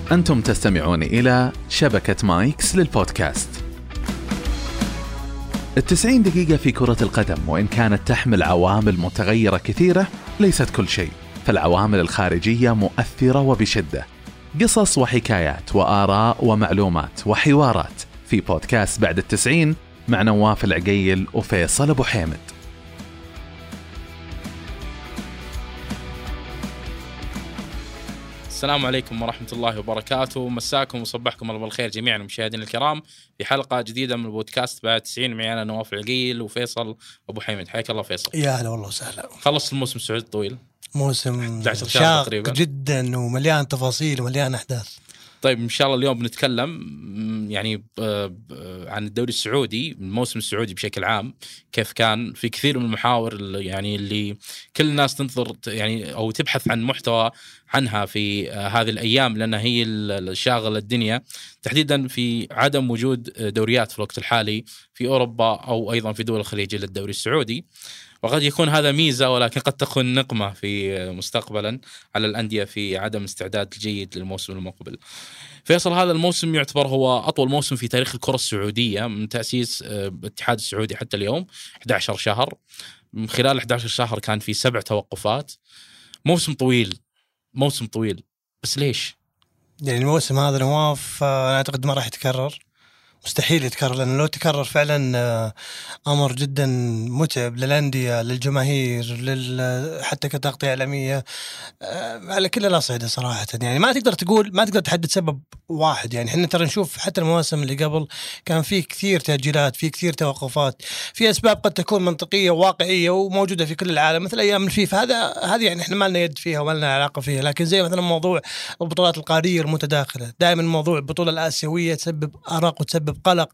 أنتم تستمعون إلى شبكة مايكس للبودكاست. 90 دقيقة في كرة القدم، وإن كانت تحمل عوامل متغيرة كثيرة ليست كل شيء، فالعوامل الخارجية مؤثرة وبشدة. قصص وحكايات وآراء ومعلومات وحوارات في بودكاست بعد 90 مع نواف العقيل وفيصل أبو حامد. السلام عليكم ورحمة الله وبركاته، مساكم وصبحكم الله بالخير جميعا المشاهدين الكرام في حلقة جديدة من البودكاست بعد 90 معي أنا نواف العقيل وفيصل أبو حامد. حياك الله فيصل. يا هلا والله وسهلا. خلص الموسم السعودي الطويل، موسم 11 شهر شاق تقريبا جدا ومليان تفاصيل ومليان أحداث. طيب إن شاء الله اليوم بنتكلم يعني عن الدوري السعودي، الموسم السعودي بشكل عام، كيف كان في كثير من المحاور يعني اللي كل الناس تنتظر يعني أو تبحث عن محتوى عنها في هذه الأيام، لأنها هي الشاغلة الدنيا، تحديدا في عدم وجود دوريات في الوقت الحالي في أوروبا أو أيضا في دول الخليج للدوري السعودي. وقد يكون هذا ميزة ولكن قد تكون نقمة في مستقبلا على الأندية في عدم استعداد جيد للموسم المقبل. فيصل، هذا الموسم يعتبر هو أطول موسم في تاريخ الكرة السعودية من تأسيس الاتحاد السعودي حتى اليوم، 11 شهر. من خلال 11 شهر كان في 7 توقفات. موسم طويل، موسم طويل، بس ليش؟ يعني الموسم هذا نواف أنا أعتقد ما راح يتكرر، مستحيل يتكرر، لأنه لو تكرر فعلا أمر جدا متعب للأندية، للجماهير، حتى كتغطية إعلامية على كل الأصعدة صراحة. يعني ما تقدر تحدد سبب واحد. يعني احنا ترى نشوف حتى المواسم اللي قبل كان في كثير تأجيلات، في كثير توقفات، في أسباب قد تكون منطقية وواقعية وموجودة في كل العالم، مثل أيام الفيفا. هذه يعني احنا ما لنا يد فيها وما لنا علاقة فيها. لكن زي مثلا موضوع البطولات القارية المتداخلة، دائما موضوع البطولة الآسيوية تسبب أرق وتسبب قلق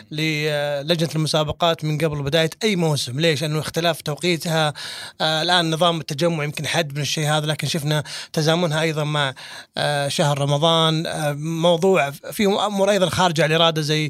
للجنة المسابقات من قبل بداية أي موسم. ليش؟ لأنه اختلاف توقيتها. الآن نظام التجمع يمكن حد من الشيء هذا، لكن شفنا تزامنها أيضا مع شهر رمضان. موضوع فيه أمور أيضا خارجة عن الإرادة، زي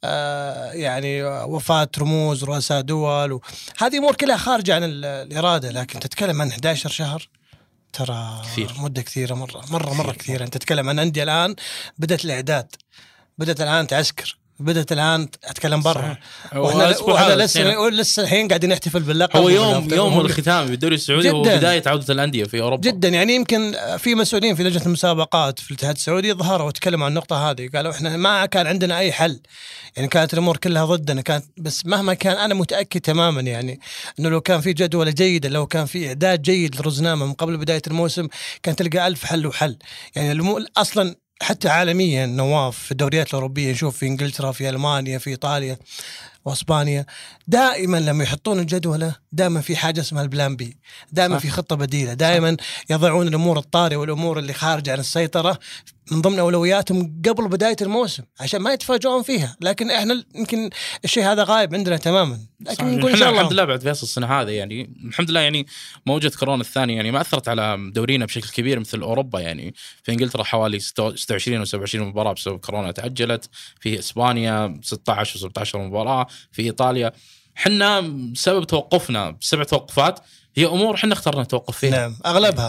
يعني وفاة رموز رؤساء دول، هذه أمور كلها خارجة عن الإرادة. لكن تتكلم عن 11 شهر، ترى كثير. مدة كثيرة مرة كثيرة. أنت تتكلم عن أندية الآن بدأت الإعداد، بدأت الآن تعسكر، بدأت الآن أتكلم برا، وإحنا لسه الحين قاعدين نحتفل باللقب. هو يوم الختام بالدوري السعودي هو بداية عودة الأندية في أوروبا جدا. يعني يمكن في مسؤولين في لجنة المسابقات في الاتحاد السعودي ظهروا وتكلموا عن النقطة هذه، قالوا إحنا ما كان عندنا أي حل، يعني كانت الأمور كلها ضدنا، كانت بس مهما كان أنا متأكد تماما يعني إنه لو كان في جدولة جيدة، لو كان في إعداد جيد للرزنامة من قبل بداية الموسم، كان تلقى 1000 حل وحل. يعني أصلا حتى عالميا نواف في الدوريات الأوروبية، نشوف في إنجلترا، في ألمانيا، في إيطاليا وإسبانيا، دائما لما يحطون الجدولة دائما في حاجة اسمها البلان بي، دائما في خطة بديلة، دائما يضعون الأمور الطارئة والأمور اللي خارجة عن السيطرة من ضمن أولوياتهم قبل بداية الموسم عشان ما يتفاجئون فيها. لكن إحنا يمكن الشيء هذا غايب عندنا تماما. لكن نقول إن شاء الله الحمد لله بعد فيصل السنة هذه، يعني الحمد لله يعني موجة كورونا الثانية يعني ما أثرت على دورينا بشكل كبير مثل أوروبا. يعني في إنجلترا حوالي 26 و 27 مباراة بسبب كورونا تأجلت، في إسبانيا 16 و 17 مباراة، في إيطاليا. حنا بسبب توقفنا ب7 توقفات، هي أمور حنا اخترنا نتوقف فيها. نعم،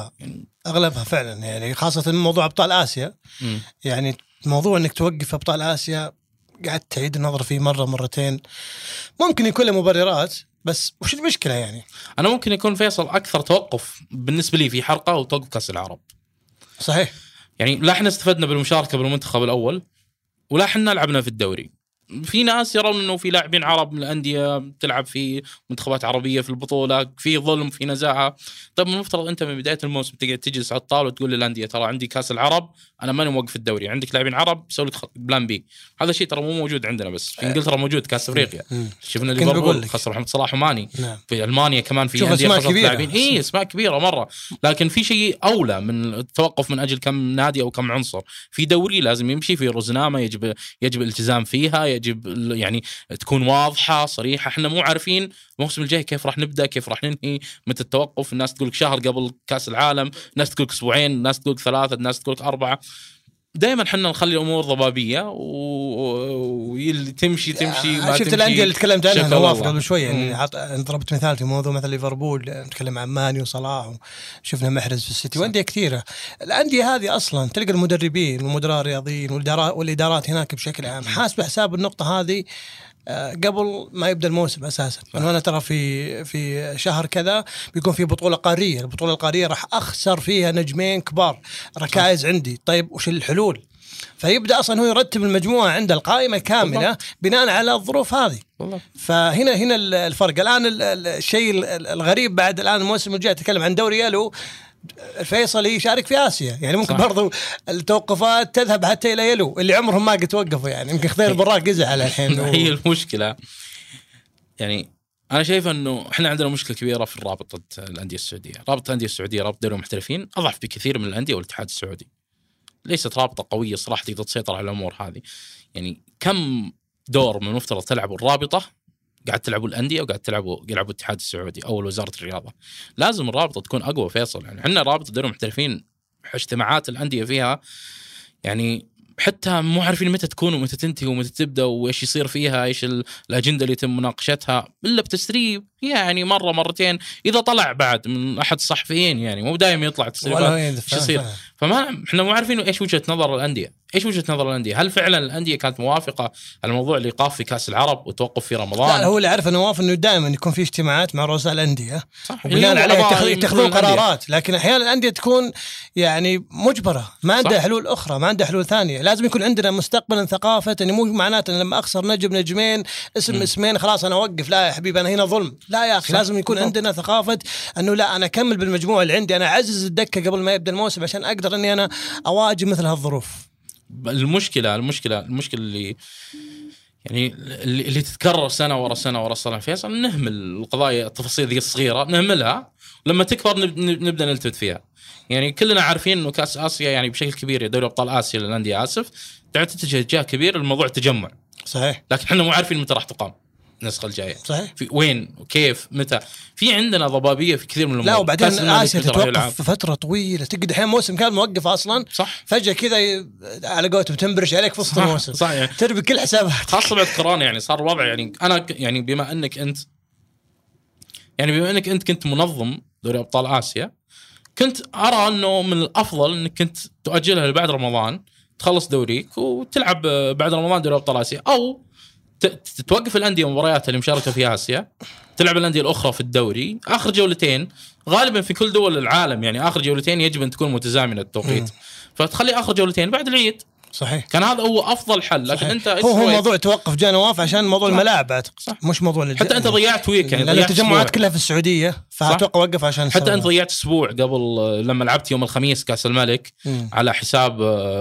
أغلبها فعلا. يعني خاصة موضوع أبطال آسيا. يعني موضوع أنك توقف أبطال آسيا قاعد تعيد النظر فيه مرة مرتين، ممكن يكون له مبررات، بس وش المشكلة؟ يعني أنا ممكن يكون فيصل أكثر توقف بالنسبة لي في حلقة وتوقف كأس العرب. صحيح. يعني لا احنا استفدنا بالمشاركة بالمنتخب الأول، ولا احنا لعبنا في الدوري. في ناس يرون انه في لاعبين عرب من الانديه تلعب في منتخبات عربيه في البطوله، في ظلم، في نزاعه. طيب المفترض انت من بدايه الموسم تقعد تجلس على الطاوله وتقول للانديه ترى عندي كاس العرب، انا ماني موقف الدوري، عندك لاعبين عرب سوي لك بلان بي. هذا شيء ترى مو موجود عندنا، بس في انجلترا موجود كاس افريقيا. شفنا ليفربول خسر محمد صلاح وماني. في المانيا كمان في انديه خسرت لاعبين، اسماء كبيره مره. لكن في شيء اولى من التوقف من اجل كم نادي او كم عنصر. في دوري لازم يمشي، في رزنامه يجب الالتزام فيها، يجب يعني تكون واضحة صريحة. احنا مو عارفين الموسم الجاي كيف راح نبدأ، كيف راح ننهي، متى التوقف. الناس تقولك شهر قبل كأس العالم، الناس تقولك أسبوعين، الناس تقولك 3، الناس تقولك 4. دائما حنا نخلي الامور ضبابيه وتمشي ما شفت تمشي. الانديه اللي تكلمت عنها نواف الله. قبل شوي يعني ضربت مثال في موضوع مثل ليفربول، نتكلم عن ماني وصلاح وشفنا محرز في السيتي وانديه كثيره. الانديه هذه اصلا تلقى المدربين والمدراء الرياضيين والادارات هناك بشكل عام حاسبه حساب النقطه هذه قبل ما يبدا الموسم اساسا. انا ترى في شهر كذا بيكون في بطوله قاريه، البطوله القاريه راح اخسر فيها نجمين كبار، ركائز عندي. طيب وش الحلول؟ فيبدا اصلا هو يرتب المجموعه عنده القائمه كامله بناء على الظروف هذه. فهنا الفرق. الان الشيء الغريب بعد الان الموسم الجاي تكلم عن دوري يلو، الفيصلي يشارك في آسيا، يعني ممكن برضو التوقفات تذهب حتى إلى يلو اللي عمرهم ما قد توقفوا. يعني يمكن خضير براق يزعل الحين. هي المشكلة يعني أنا شايف أنه إحنا عندنا مشكلة كبيرة في رابطة الأندية السعودية. رابطة الأندية السعودية رابطة دوري المحترفين أضعف بكثير من الأندية والاتحاد السعودي، ليست رابطة قوية صراحة تقدر تسيطر على الأمور هذه. يعني كم دور من المفترض تلعبوا الرابطة قاعد تلعبوا الأندية وقاعد يلعبوا الاتحاد السعودي أو وزارة الرياضة. لازم الرابطة تكون أقوى فيصل. يعني عندنا رابطة دوري المحترفين اجتماعات الأندية فيها يعني حتى مو عارفين متى تكون ومتى تنتهي ومتى تبدأ وإيش يصير فيها، إيش الأجندة اللي يتم مناقشتها إلا بتسريب يعني مرة مرتين إذا طلع بعد من أحد الصحفيين، يعني مو دائما يطلع تسريبات إيش يصير. فما إحنا مو عارفين إيش وجهة نظر الأندية. إيش وجهة نظر الأندية؟ هل فعلا الأندية كانت موافقة على موضوع الإيقاف في كأس العرب وتوقف في رمضان؟ لا هو اللي عارف نواف إنه دائما يكون في اجتماعات مع رؤساء الأندية وبناء عليه يتخذون قرارات، لكن أحيانا الأندية تكون يعني مجبرة، ما عندها حلول أخرى، ما عندها حلول ثانية. لازم يكون عندنا مستقبلا ثقافة إنه مو معناته إن لما أخسر نجمين اسمين خلاص أنا أوقف. لا يا حبيبي أنا هنا ظلم. لا يا أخي لازم يكون عندنا ثقافة إنه لا أنا أكمل بالمجموعة اللي عندي، أنا أعزز الدكة قبل ما يبدأ الموسم عشان أقدر إني أنا أواجه مثل هالظروف. المشكلة اللي يعني اللي تتكرر سنة ورا سنة ورا سنة فيصل، نهمل القضايا التفاصيل ذي الصغيرة، نهملها لما تكبر نبدأ نلتفت فيها. يعني كلنا عارفين إنه كأس آسيا يعني بشكل كبير يا دوري أبطال آسيا للأندية تتجه اتجاه كبير الموضوع تجمع. صحيح. لكن إحنا مو عارفين متى راح تقام النسخة الجاية. صحيح. في وين وكيف متى. في عندنا ضبابية في كثير من الأمور. لا وبعدين آسيا تتوقف في فترة طويلة، تقعد الحين موسم كان موقف أصلا. صح. فجأة كذا على قولتهم تنبرش عليك في وسط الموسم. صح يعني. تربي كل حسابات. خاصة بعد كورونا يعني صار الوضع يعني أنا يعني بما أنك أنت كنت منظم دوري أبطال آسيا، كنت أرى أنه من الأفضل أنك كنت تؤجلها لبعد رمضان، تخلص دوريك وتلعب بعد رمضان دوري أبطال آسيا، أو تتوقف الأندية مباريات اللي مشاركة في آسيا، تلعب الأندية الأخرى في الدوري آخر جولتين. غالبا في كل دول العالم يعني آخر جولتين يجب أن تكون متزامنة التوقيت، فتخلي آخر جولتين بعد العيد. صحيح. كان هذا هو أفضل حل. لكن صحيح. أنت هو موضوع توقف جاء نواف عشان موضوع الملاعب، مش موضوع حتى أنت ضيعت ويك يعني ضيعت التجمعات كلها في السعودية، فأتوقع وقف عشان حتى أنت ضيعت أسبوع قبل لما لعبت يوم الخميس كأس الملك على حساب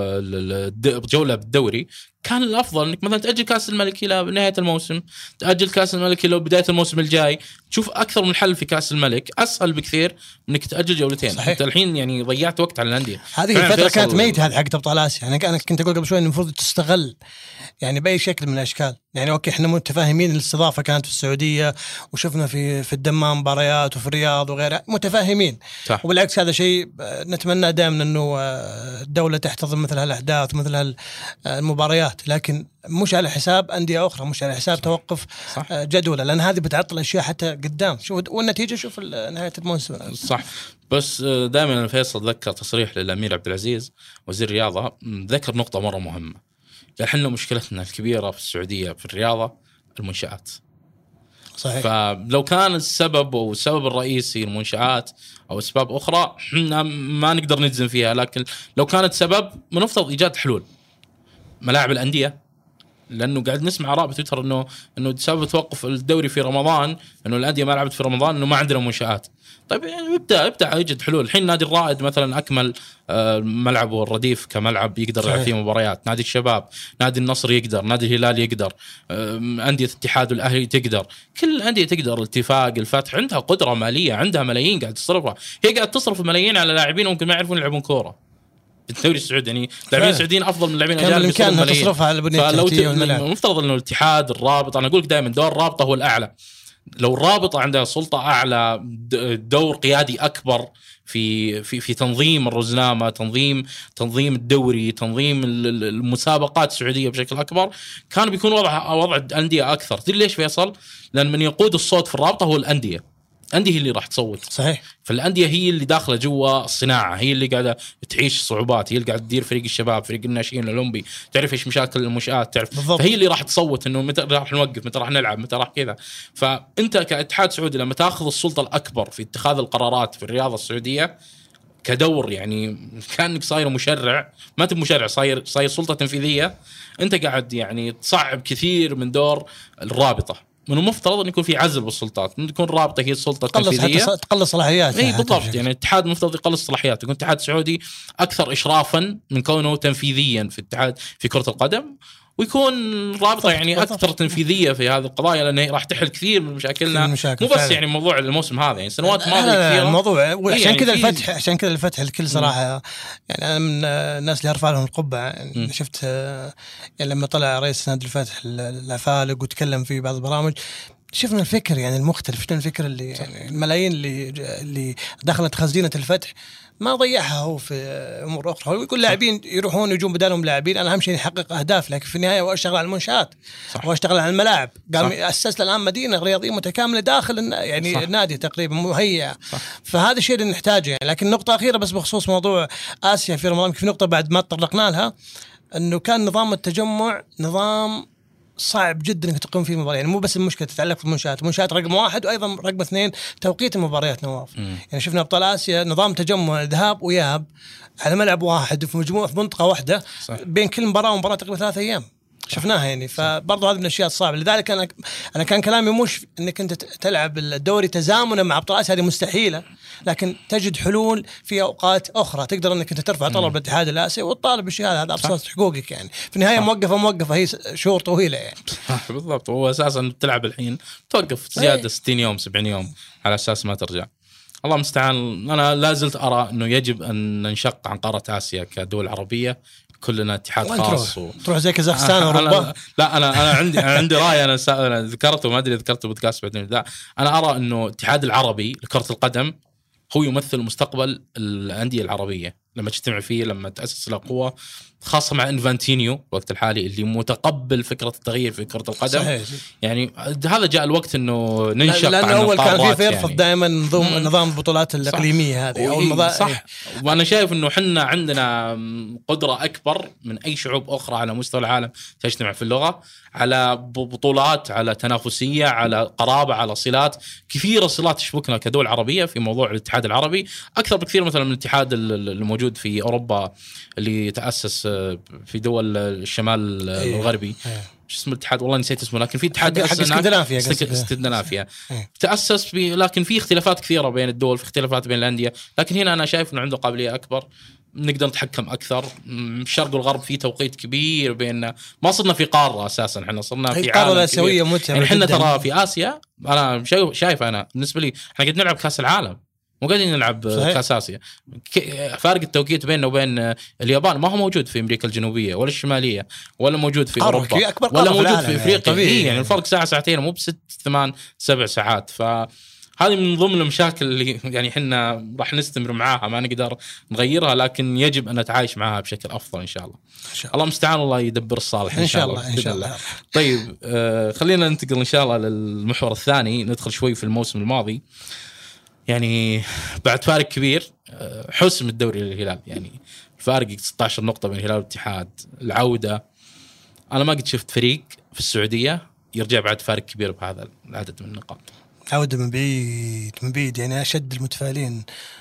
جولة بالدوري. كان الأفضل إنك مثلا تأجل كأس الملك إلى نهاية الموسم، تأجل كأس الملك إلى بداية الموسم الجاي، تشوف أكثر من حل في كأس الملك أسهل بكثير إنك تأجل جولتين. أنت الحين يعني ضيعت وقت على الأندية. هذه الفترة كانت ميتة، هذه حق أبطال آسيا. أنا كنت أقول قبل شوي إن المفروض تستغل يعني بأي شكل من الأشكال. يعني أوكي إحنا متفاهمين الاستضافة كانت في السعودية وشفنا في الدمام مباريات وفي الرياض وغيرها، متفاهمين. صح. وبالعكس هذا شيء نتمنى دائما إنه الدولة تحتضن مثل هالأحداث ومثل هالمباريات، لكن مش على حساب أندية أخرى، مش على حساب توقف جدولة، لأن هذه بتعطل أشياء حتى قدام. والنتيجة شوف نهاية الموسم. صح. بس دائما فيصل ذكر تصريح للأمير عبد العزيز وزير الرياضة، ذكر نقطة مرة مهمة. قال حنا مشكلتنا الكبيرة في السعودية في الرياضة المنشآت. صحيح. فلو كان السبب أو السبب الرئيسي المنشآت أو أسباب أخرى حنا ما نقدر نجزم فيها، لكن لو كانت سبب منفترض إيجاد حلول. ملاعب الأندية، لأنه قاعد نسمع آراء بتويتر إنه سبب توقف الدوري في رمضان إنه الأندية ما لعبت في رمضان إنه ما عندنا منشآت. طيب يعني ابدأ يوجد حلول. الحين نادي الرائد مثلا أكمل ملعبه الرديف كملعب يقدر يلعب فيه مباريات، نادي الشباب، نادي النصر يقدر، نادي الهلال يقدر، أندية الاتحاد والأهلي تقدر، كل الأندية تقدر. الاتفاق، الفتح، عندها قدرة مالية، عندها ملايين قاعد تصرفها. هي قاعد تصرف ملايين على لاعبين ممكن ما يعرفون يلعبون كورة. الدوري السعودي يعني لاعبين السعوديين افضل من اللاعبين الاجانب، كان تصرفها على البنيه التحتيه والملاعب. المفترض انه الاتحاد، الرابطه، انا اقول لك دائما دور الرابطه هو الاعلى. لو الرابطه عندها سلطه اعلى، دور قيادي اكبر في تنظيم الرزنامه، تنظيم الدوري، تنظيم المسابقات السعوديه بشكل اكبر، كان بيكون وضع الانديه اكثر. تدري ليش فيصل؟ لان من يقود الصوت في الرابطه هو الانديه هي اللي راح تصوت. صحيح. فالانديه هي اللي داخله جوا الصناعه، هي اللي قاعده تعيش صعوبات، هي اللي قاعده تدير فريق الشباب، فريق الناشئين الاولمبي، تعرف ايش مشاكل المنشآت، تعرف بالضبط. فهي اللي راح تصوت انه متى راح نوقف، متى راح نلعب، متى راح كذا. فانت كاتحاد سعودي لما تاخذ السلطه الاكبر في اتخاذ القرارات في الرياضه السعوديه كدور، يعني كانك صاير مشرع، ما تبي مشرع، صاير سلطه تنفيذيه. انت قاعد يعني تصعب كثير من دور الرابطه. من المفترض أن يكون في عزل بالسلطات، من تكون رابطة هي السلطة التنفيذية، تقلص صلاحيات. اي بالضبط. يعني الاتحاد المفترض يقلص صلاحيات، يكون اتحاد سعودي أكثر إشرافا من كونه تنفيذيا في الاتحاد في كرة القدم، ويكون رابطة يعني أكثر تنفيذية في هذه القضايا، لأنه راح تحل كثير من مشاكلنا. مو بس فعلا. يعني موضوع الموسم هذا، يعني سنوات ماضية كثيرة الموضوع، عشان يعني كذا الفتح، عشان كذا الفتح الكل صراحة. يعني أنا من الناس اللي أرفع لهم القبعة. يعني شفت يعني لما طلع رئيس نادي الفتح العفالق وتكلم في بعض البرامج، شفنا الفكر يعني المختلف، شفنا الفكر اللي يعني الملايين اللي دخلت خزينة الفتح ما ضيعها هو في امور اخرى. هو يقول لاعبين يروحون يجون بدالهم لاعبين، انا اهم شيء يحقق اهداف، لكن في النهايه هو اشتغل على المنشات واشتغل على الملاعب. قام اسس الان مدينه رياضيه متكامله داخل يعني النادي تقريبا مهيئه. فهذا الشيء اللي نحتاجه يعني. لكن نقطه اخيره بس بخصوص موضوع اسيا في رمضان، في نقطه بعد ما تطرقنا لها، انه كان نظام التجمع نظام صعب جدا انك تقوم فيه مباراه. يعني مو بس المشكله تتعلق في المنشات رقم 1، وايضا رقم 2 توقيت المباريات نواف. يعني شفنا ابطال اسيا نظام تجمع ذهاب وياب على ملعب واحد في مجموعه في منطقه واحده، بين كل مباراه ومباراه تقريبا 3 أيام شفناها يعني. فبرضه هذه من الاشياء الصعبه. لذلك انا كان كلامي مش انك انت تلعب الدوري تزامنا مع ابطال اسيا، هذه مستحيله، لكن تجد حلول في اوقات اخرى تقدر انك انت ترفع طلب الاتحاد الاسيوي وتطالب بالشيء هذا ابسط حقوقك. يعني في النهايه موقفه هي شهور طويله يعني. بالضبط. هو اساسا تلعب الحين توقف زياده 60 يوم 70 يوم على اساس ما ترجع. الله المستعان. انا لا زلت ارى انه يجب ان ننشق عن قاره اسيا كدول عربيه، كلنا اتحاد خاص تروح زي كازاخستان واوروبا. لا انا عندي راي. انا ذكرته، ما ادري ذكرته بودكاست بعدين. لا، انا ارى انه الاتحاد العربي لكره القدم هو يمثل مستقبل الانديه العربيه لما تجتمع فيه، لما تاسس له قوه خاصه مع انفانتينيو الوقت الحالي اللي متقبل فكره التغيير في كره القدم. صحيح. يعني هذا جاء الوقت انه ننشق. لأن اول كان في يرفض يعني دائما نظام البطولات الاقليميه هذه او صح. وانا شايف انه حنا عندنا قدره اكبر من اي شعوب اخرى على مستوى العالم تجتمع في اللغه، على بطولات، على تنافسيه، على قرابه، على صلات كثيره، صلات تشبكنا كدول عربيه في موضوع الاتحاد العربي اكثر بكثير مثلا من الاتحاد الموجود في اوروبا اللي تاسس في دول الشمال الغربي. شو اسمه الاتحاد؟ والله نسيت اسمه، لكن في اتحاد اسكندنافيا تأسس لكن في اختلافات كثيرة بين الدول، في اختلافات بين الأندية، لكن هنا أنا شايف إنه عنده قابلية أكبر، نقدر نتحكم أكثر. الشرق والغرب في توقيت كبير بيننا، ما صرنا في قارة أساسا، احنا صرنا في قارة الآسيوية متعبة. يعني احنا ترى في آسيا، أنا شايف أنا بالنسبة لي احنا قاعد نلعب كأس العالم، مو قاعدين نلعب كاس آسيا. فارق التوقيت بيننا وبين اليابان ما هو موجود في أمريكا الجنوبية ولا الشمالية، ولا موجود في أوروبا، ولا موجود في أفريقيا. يعني الفرق ساعة ساعتين، مو ب6 8 7 ساعات. فهذه من ضمن المشاكل اللي يعني حنا راح نستمر معاها، ما نقدر نغيرها، لكن يجب أن نتعايش معها بشكل أفضل إن شاء الله. الله مستعان، الله يدبر الصالح إن شاء الله. إن شاء الله. طيب خلينا ننتقل إن شاء الله للمحور الثاني، ندخل شوي في الموسم الماضي. يعني بعد فارق كبير حسم الدوري للهلال، يعني الفارق 16 نقطة بين الهلال والاتحاد، العودة. أنا ما قد شفت فريق في السعودية يرجع بعد فارق كبير بهذا العدد من النقاط. عودة من بعيد يعني. أشد المتفائلين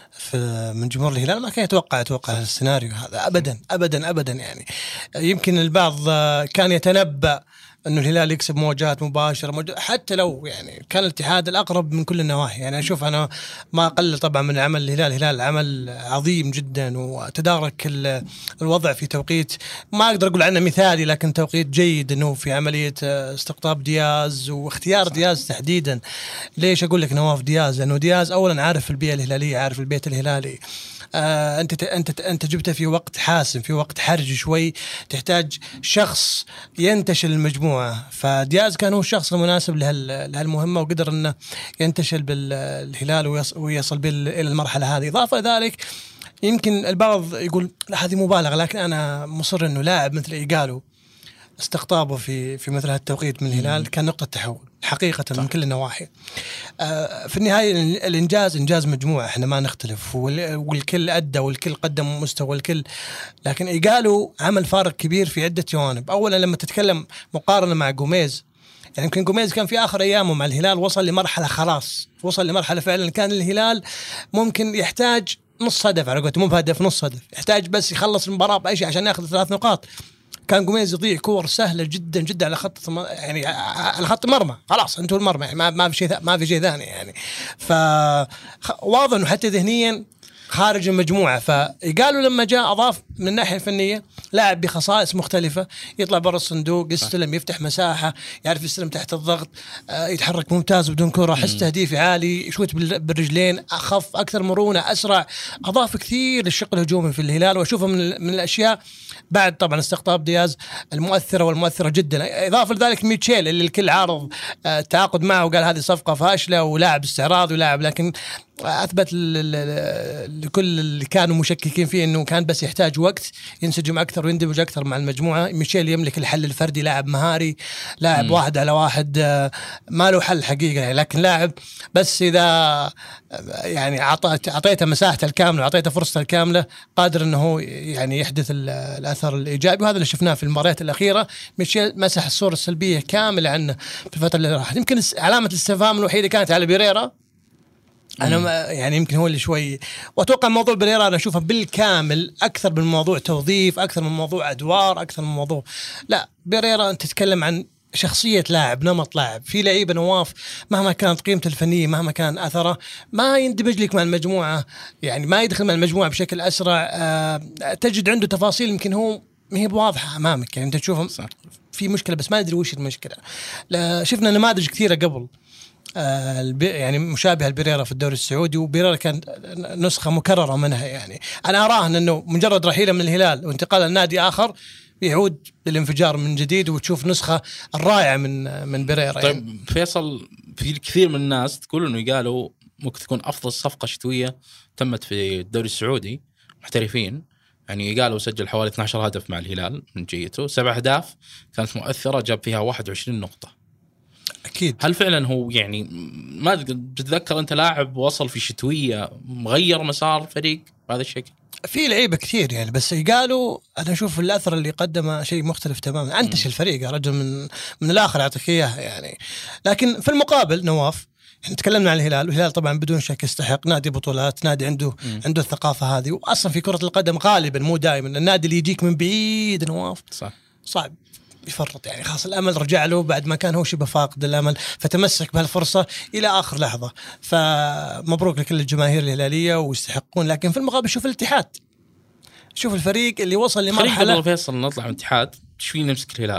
من جمهور الهلال ما كان يتوقع السيناريو هذا أبدا. يعني يمكن البعض كان يتنبأ أنه الهلال يكسب مواجهات مباشرة، حتى لو يعني كان الاتحاد الأقرب من كل النواحي. يعني أشوف أنا ما أقل طبعا من عمل الهلال عمل عظيم جدا، وتدارك الوضع في توقيت ما أقدر أقول عنه مثالي، لكن توقيت جيد أنه في عملية استقطاب دياز واختيار دياز تحديدا. ليش أقول لك نواف دياز؟ لأنه دياز أولا عارف البيئة الهلالية، عارف البيت الهلالي، انت جبته في وقت حاسم، في وقت حرج شوي، تحتاج شخص ينتشل المجموعه. فدياز كان هو الشخص المناسب لهالمهمه، وقدر انه ينتشل بالهلال ويصل الى المرحله هذه. اضافه ذلك يمكن البعض يقول لا هذه مبالغه، لكن انا مصر انه لاعب مثل إيغالو استقطابه في مثل هالتوقيت من الهلال كان نقطة تحول حقيقة من كل النواحي. في النهاية الإنجاز إنجاز مجموعة، إحنا ما نختلف، والكل أدى والكل قدم مستوى الكل، لكن إيغالو عمل فارق كبير في عدة جوانب. أولا لما تتكلم مقارنة مع جوميز، يعني يمكن جوميز كان في آخر أيامه مع الهلال وصل لمرحلة خلاص، وصل لمرحلة فعلا كان الهلال ممكن يحتاج نص هدف على قولتهم، مو بهدف، نص هدف، يحتاج بس يخلص المباراة بأي شيء عشان ياخذ 3 نقاط. كان جوميز يضيع كور سهله جدا جدا على خط، يعني على خط المرمى، خلاص انتوا المرمى، يعني ما في شيء ثاني يعني. فواضح انه حتى ذهنيا خارج المجموعه. فقالوا لما جاء اضاف من الناحيه الفنيه لاعب بخصائص مختلفه، يطلع برا الصندوق، يستلم، يفتح مساحه، يعرف يستلم تحت الضغط، يتحرك ممتاز بدون كره، حس تهديفي عالي، يشوت بالرجلين، اخف، اكثر مرونه، اسرع. اضاف كثير للشق الهجومي في الهلال، واشوفه من الاشياء بعد طبعا استقطاب دياز المؤثره جدا. اضافه لذلك ميتشيل اللي الكل عارض التعاقد معه وقال هذه صفقه فاشله ولاعب استعراض ولاعب، لكن اثبت لكل اللي كانوا مشككين فيه انه كان بس يحتاج وقت ينسجم اكثر ويندمج اكثر مع المجموعه. ميشيل يملك الحل الفردي، لاعب مهاري، لاعب 1 على 1، ما له حل حقيقه، لكن لاعب بس اذا يعني اعطيته مساحته الكامله وأعطيته فرصته الكامله قادر انه هو يعني يحدث الاثر الايجابي، وهذا اللي شفناه في المباريات الاخيره. ميشيل مسح الصوره السلبيه كامله عنه في الفتره اللي راحت. يمكن علامه الاستفهام الوحيده كانت على بيريرا، أنا يعني يمكن هو اللي شوي، وأتوقع موضوع بريرا أنا أشوفه بالكامل أكثر من موضوع توظيف، أكثر من موضوع أدوار، أكثر من موضوع، لا بريرا أنت تتكلم عن شخصية لاعب، نمط لاعب. في لعيبة نواف مهما كانت قيمته الفنية، مهما كان أثره، ما يندمج لك مع المجموعة، يعني ما يدخل مع المجموعة بشكل أسرع. تجد عنده تفاصيل يمكن هو ما هي واضحة أمامك، يعني أنت تشوفهم في مشكلة بس ما أدري وش المشكلة. شفنا نماذج كثيرة قبل يعني مشابهة لبيريرا في الدوري السعودي، وبيريرا كان نسخة مكررة منها. يعني أنا أراه أنه مجرد رحيله من الهلال وانتقاله لنادي آخر يعود للانفجار من جديد، وتشوف نسخة الرائعة من بيريرا. طيب يعني. فيصل، في كثير من الناس تقول إنه قالوا ممكن تكون أفضل صفقة شتوية تمت في الدوري السعودي محترفين. يعني قالوا سجل حوالي 12 هدف مع الهلال من جيته، 7 أهداف كانت مؤثرة، جاب فيها 21 نقطة. أكيد. هل فعلا هو يعني ما تتذكر أنت لاعب وصل في شتوية مغير مسار فريق بهذا الشكل؟ في لعيبة كثير يعني، بس قالوا أنا أشوف الأثر اللي قدمه شيء مختلف تماما، أنتش الفريق يا رجل من الآخر يعطيك إياه يعني. لكن في المقابل نواف، يعني تكلمنا عن الهلال، والهلال طبعا بدون شك يستحق، نادي بطولات، نادي عنده الثقافة هذه. وأصلا في كرة القدم غالبا مو دائما النادي اللي يجيك من بعيد نواف صعب يفرط، يعني خلاص الأمل رجع له بعد ما كان هو شبه فاقد الأمل، فتمسك بهالفرصة إلى آخر لحظة. فمبروك لكل الجماهير الهلالية ويستحقون. لكن في المقابل شوف الاتحاد، شوف الفريق اللي وصل لمرحلة. قبل فيصل نطلع من الاتحاد شوي نمسك الهلال.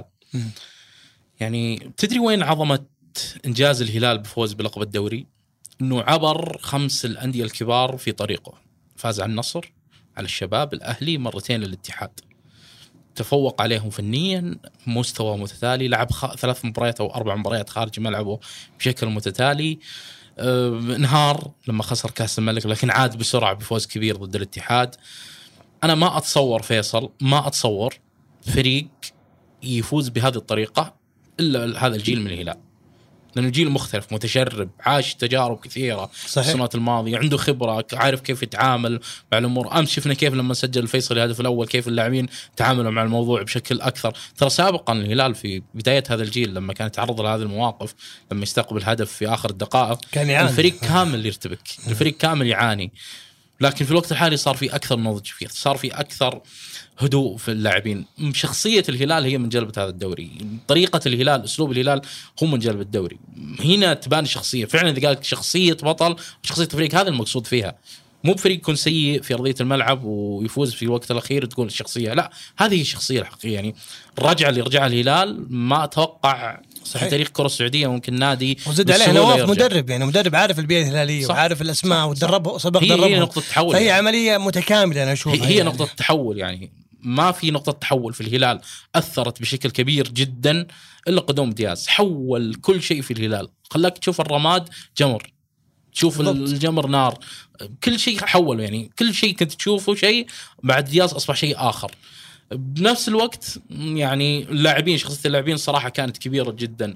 يعني تدري وين عظمة إنجاز الهلال بفوز بلقب الدوري؟ إنه عبر 5 الأندية الكبار في طريقه، فاز على النصر، على الشباب، الأهلي، مرتين للاتحاد، تفوق عليهم فنيا، مستوى متتالي، لعب 3 مباريات أو 4 مباريات خارج ملعبه بشكل متتالي. انهار لما خسر كأس الملك، لكن عاد بسرعة بفوز كبير ضد الاتحاد. أنا ما أتصور فيصل، ما أتصور فريق يفوز بهذه الطريقة إلا هذا الجيل من الهلال، لأنه جيل مختلف متشرب، عاش تجارب كثيرة في السنوات الماضية، عنده خبرة، عارف كيف يتعامل مع الأمور. أمس شفنا كيف لما سجل الفيصل الهدف الأول كيف اللاعبين تعاملوا مع الموضوع بشكل أكثر. ترى سابقا الهلال في بداية هذا الجيل لما كان يتعرض لهذه المواقف، لما يستقبل هدف في آخر الدقائق كان الفريق كامل يرتبك، الفريق كامل يعاني. لكن في الوقت الحالي صار في أكثر نضج فيه، صار في أكثر هدوء في اللاعبين. شخصية الهلال هي من جلبة هذا الدوري، طريقة الهلال، أسلوب الهلال هو من جلب الدوري. هنا تبان شخصية فعلا، إذا قالك شخصية بطل وشخصية فريق، هذا المقصود فيها. مو بفريق يكون سيء في أرضية الملعب ويفوز في الوقت الأخير تقول الشخصية، لا، هذه الشخصية الحقيقية. يعني الرجعة اللي رجعها الهلال ما أتوقع في تاريخ الكرة السعودية ممكن نادي وزد عليه نواف مدرب، يعني مدرب عارف البيئة الهلالية وعارف الأسماء ودربه سبق دربه. هي نقطة تحول، فهي يعني عملية متكاملة أنا أشوفها. هي يعني نقطة تحول، يعني ما في نقطة تحول في الهلال أثرت بشكل كبير جدا إلا قدوم دياز. حول كل شيء في الهلال، خلاك تشوف الرماد جمر، تشوف الجمر نار، كل شيء حول. يعني كل شيء كنت تشوفه شيء، بعد دياز أصبح شيء آخر. بنفس الوقت يعني اللاعبين، شخصية اللاعبين صراحة كانت كبيرة جدا.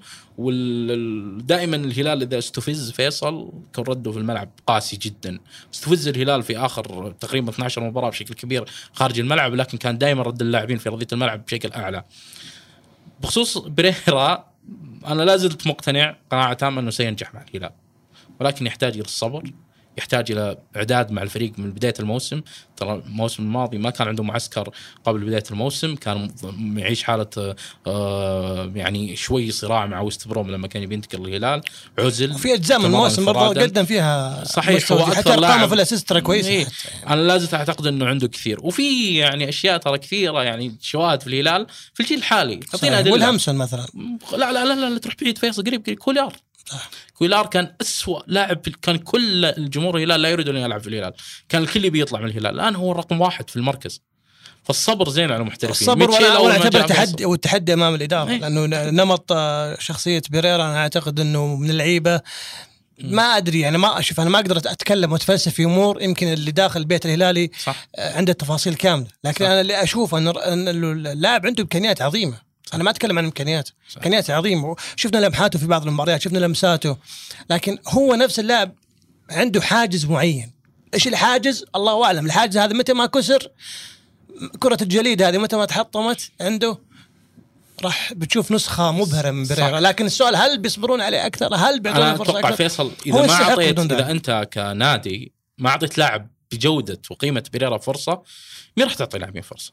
ودائما الهلال إذا استفز فيصل كان رده في الملعب قاسي جدا. استفز الهلال في آخر تقريبا 12 مباراة بشكل كبير خارج الملعب، لكن كان دائما رد اللاعبين في أرضية الملعب بشكل أعلى. بخصوص بريرا، أنا لازلت مقتنع قناعة تامة أنه سينجح مع الهلال، ولكن يحتاج إلى الصبر، يحتاج إلى إعداد مع الفريق من بداية الموسم. ترى الموسم الماضي ما كان عنده معسكر قبل بداية الموسم، كان يعيش حالة يعني شوي صراع مع وست بروم لما كان ينتقل للهلال، عزل. وفي أجزاء من الموسم برضه قدم فيها صحيح، هو حتى أرقامه في الأسيسترا كويس. أنا لازم أعتقد إنه عنده كثير، وفي يعني أشياء ترى كثيرة، يعني شواهد في الهلال في الجيل الحالي. والهمسون مثلا، لا تروح بعيد، فيصل قريب، كوليار. كويلار كان أسوأ لاعب، كان كل الجمهور الهلال لا يريد أن يلعب في الهلال، كان الكل بيطلع من الهلال. الآن هو رقم 1 في المركز. فالصبر زين على المحترفين. الصبر ولا اعتبر تحدي والتحدي أمام الإدارة، لأنه نمط شخصية بيريرا أنا أعتقد أنه من اللعيبة ما أدري، يعني ما أشوف، أنا ما أقدر أتكلم وأتفلسف في أمور يمكن اللي داخل البيت الهلالي عنده تفاصيل كاملة، لكن أنا اللي أشوف أن اللاعب عنده إمكانيات عظيمة. أنا ما أتكلم عن إمكانيات عظيمة، شفنا لمحاته في بعض المباريات، شفنا لمساته، لكن هو نفس اللاعب عنده حاجز معين. إيش الحاجز؟ الله أعلم. الحاجز هذا متى ما كسر، كرة الجليد هذه متى ما تحطمت عنده، راح بتشوف نسخة مبهرة من بريرا. لكن السؤال هل بيصبرون عليه أكثر؟ هل بيعطونه فرصة أكثر؟ فيصل إذا ما أعطيت، إذا أنت كنادي ما أعطيت لاعب بجودة وقيمة بريرا فرصة، مين راح تعطي لاعبين فرصة؟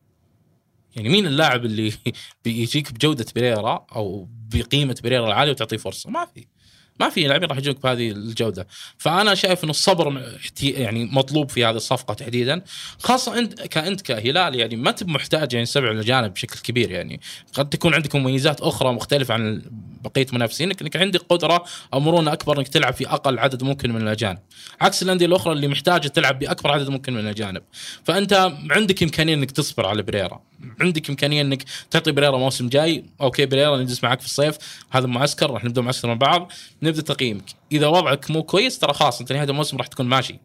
يعني مين اللاعب اللي بيجيك بجودة بريرا أو بقيمة بريرا العالية وتعطيه فرصة؟ ما في لاعبين راح يجونك بهذه الجودة. فأنا شايف إنه الصبر يعني مطلوب في هذه الصفقة تحديدا، خاصة أنت كهلال يعني ما تب محتاج يعني 7 الأجانب بشكل كبير. يعني قد تكون عندك مميزات أخرى مختلفة عن بقية منافسينك، إنك عندك قدرة أو مرونة أكبر إنك تلعب في أقل عدد ممكن من الأجانب، عكس الأندية الأخرى اللي محتاجة تلعب بأكبر عدد ممكن من الأجانب. فأنت عندك إمكانية إنك تصبر على بريرا، عندك إمكانية إنك تعطي بريرا موسم جاي. أوكي بريرا ندرس معك في الصيف، هذا معسكر راح نبدأ معسكر مع بعض، نبدأ تقييمك. إذا وضعك مو كويس ترى خلاص أنت نهاية الموسم راح تكون ماشي.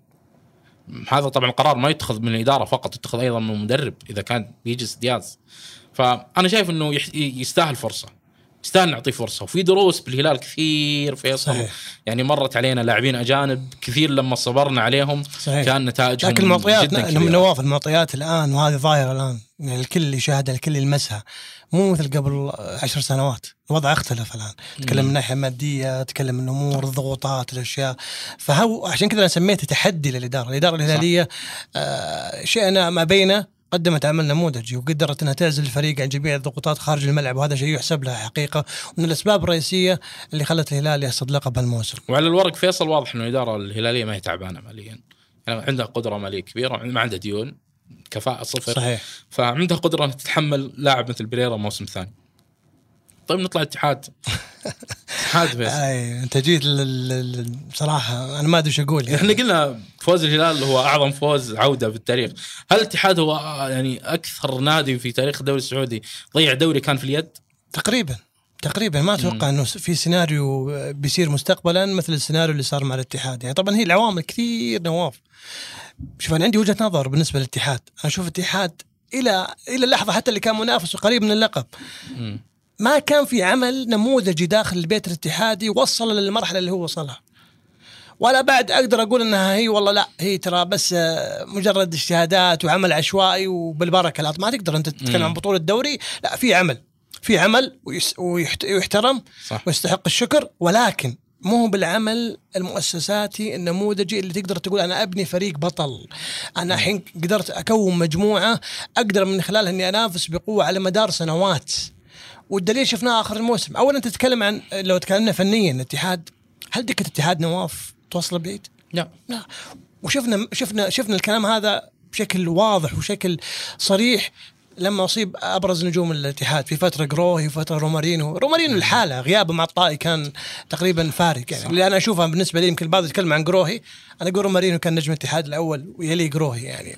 هذا طبعا القرار ما يتخذ من الإدارة فقط، يتخذ أيضا من المدرب إذا كان بيجلس دياز. فأنا شايف إنه يستاهل فرصة، يستاهل نعطيه فرصة. وفي دروس بالهلال كثير فيصل، يعني مرت علينا لاعبين أجانب كثير لما صبرنا عليهم صحيح. كان نتائجهم لكن المعطيات نواف، المعطيات الآن وهذه ظاهرة الآن، يعني الكل يشاهدها، الكل يلمسها، مو مثل قبل 10 سنوات. الوضع اختلف الآن، تكلم من ناحية مادية، تكلم من أمور الضغوطات الأشياء. فهو عشان كذا أنا سميته تحدي للإدارة الهلالية. شئنا ما بينه قدمت عمل نموذجي وقدرت أنها تعزل الفريق عن جميع الضغوطات خارج الملعب، وهذا شيء يحسب لها حقيقة، ومن الأسباب الرئيسية اللي خلت الهلال يحصد لقب هالموسم. وعلى الورق فيصل واضح أنه الإدارة الهلالية ما هي تعبانة ماليا، يعني عندها قدرة مالية كبيرة، ما عندها ديون، كفاءة صفر صحيح. فعندها قدرة أن تتحمل لاعب مثل بريرا موسم ثاني. طيب نطلع اتحاد. انت جيت بصراحه انا ما ادري ايش اقول. احنا قلنا فوز الهلال هو اعظم فوز عوده بالتاريخ. هل الاتحاد هو يعني اكثر نادي في تاريخ الدوري السعودي ضيع دوري كان في اليد؟ تقريبا ما اتوقع انه في سيناريو بيصير مستقبلا مثل السيناريو اللي صار مع الاتحاد. يعني طبعا هي العوامل كثير نواف. شوف انا عندي وجهه نظر بالنسبه للاتحاد، انا اشوف الاتحاد الى اللحظه حتى اللي كان منافس قريب من اللقب ما كان في عمل نموذجي داخل البيت الاتحادي وصل للمرحلة اللي هو وصلها. ولا بعد أقدر أقول أنها هي والله لا، هي ترى بس مجرد اجتهادات وعمل عشوائي وبالبركة. لا ما تقدر أنت تتكلم عن بطولة الدوري، لا في عمل ويحترم صح. ويستحق الشكر، ولكن مو بالعمل المؤسساتي النموذجي اللي تقدر تقول أنا أبني فريق بطل، أنا الحين قدرت أكون مجموعة أقدر من خلالها أني أنافس بقوة على مدار سنوات. والدليل شفناه آخر الموسم. أولا تتكلم عن لو تكلمنا فنيا الاتحاد، هل دكة الاتحاد نواف توصل بعيد؟ لا. وشفنا الكلام هذا بشكل واضح وشكل صريح لما أصيب أبرز نجوم الاتحاد في فترة جروهي وفترة رومارينو الحالة غيابه مع الطائي كان تقريبا فارق يعني. اللي أنا أشوفها بالنسبة لي يمكن البعض يتكلم عن جروهي، أنا أقول رومارينو كان نجم الاتحاد الأول ويلي جروهي يعني.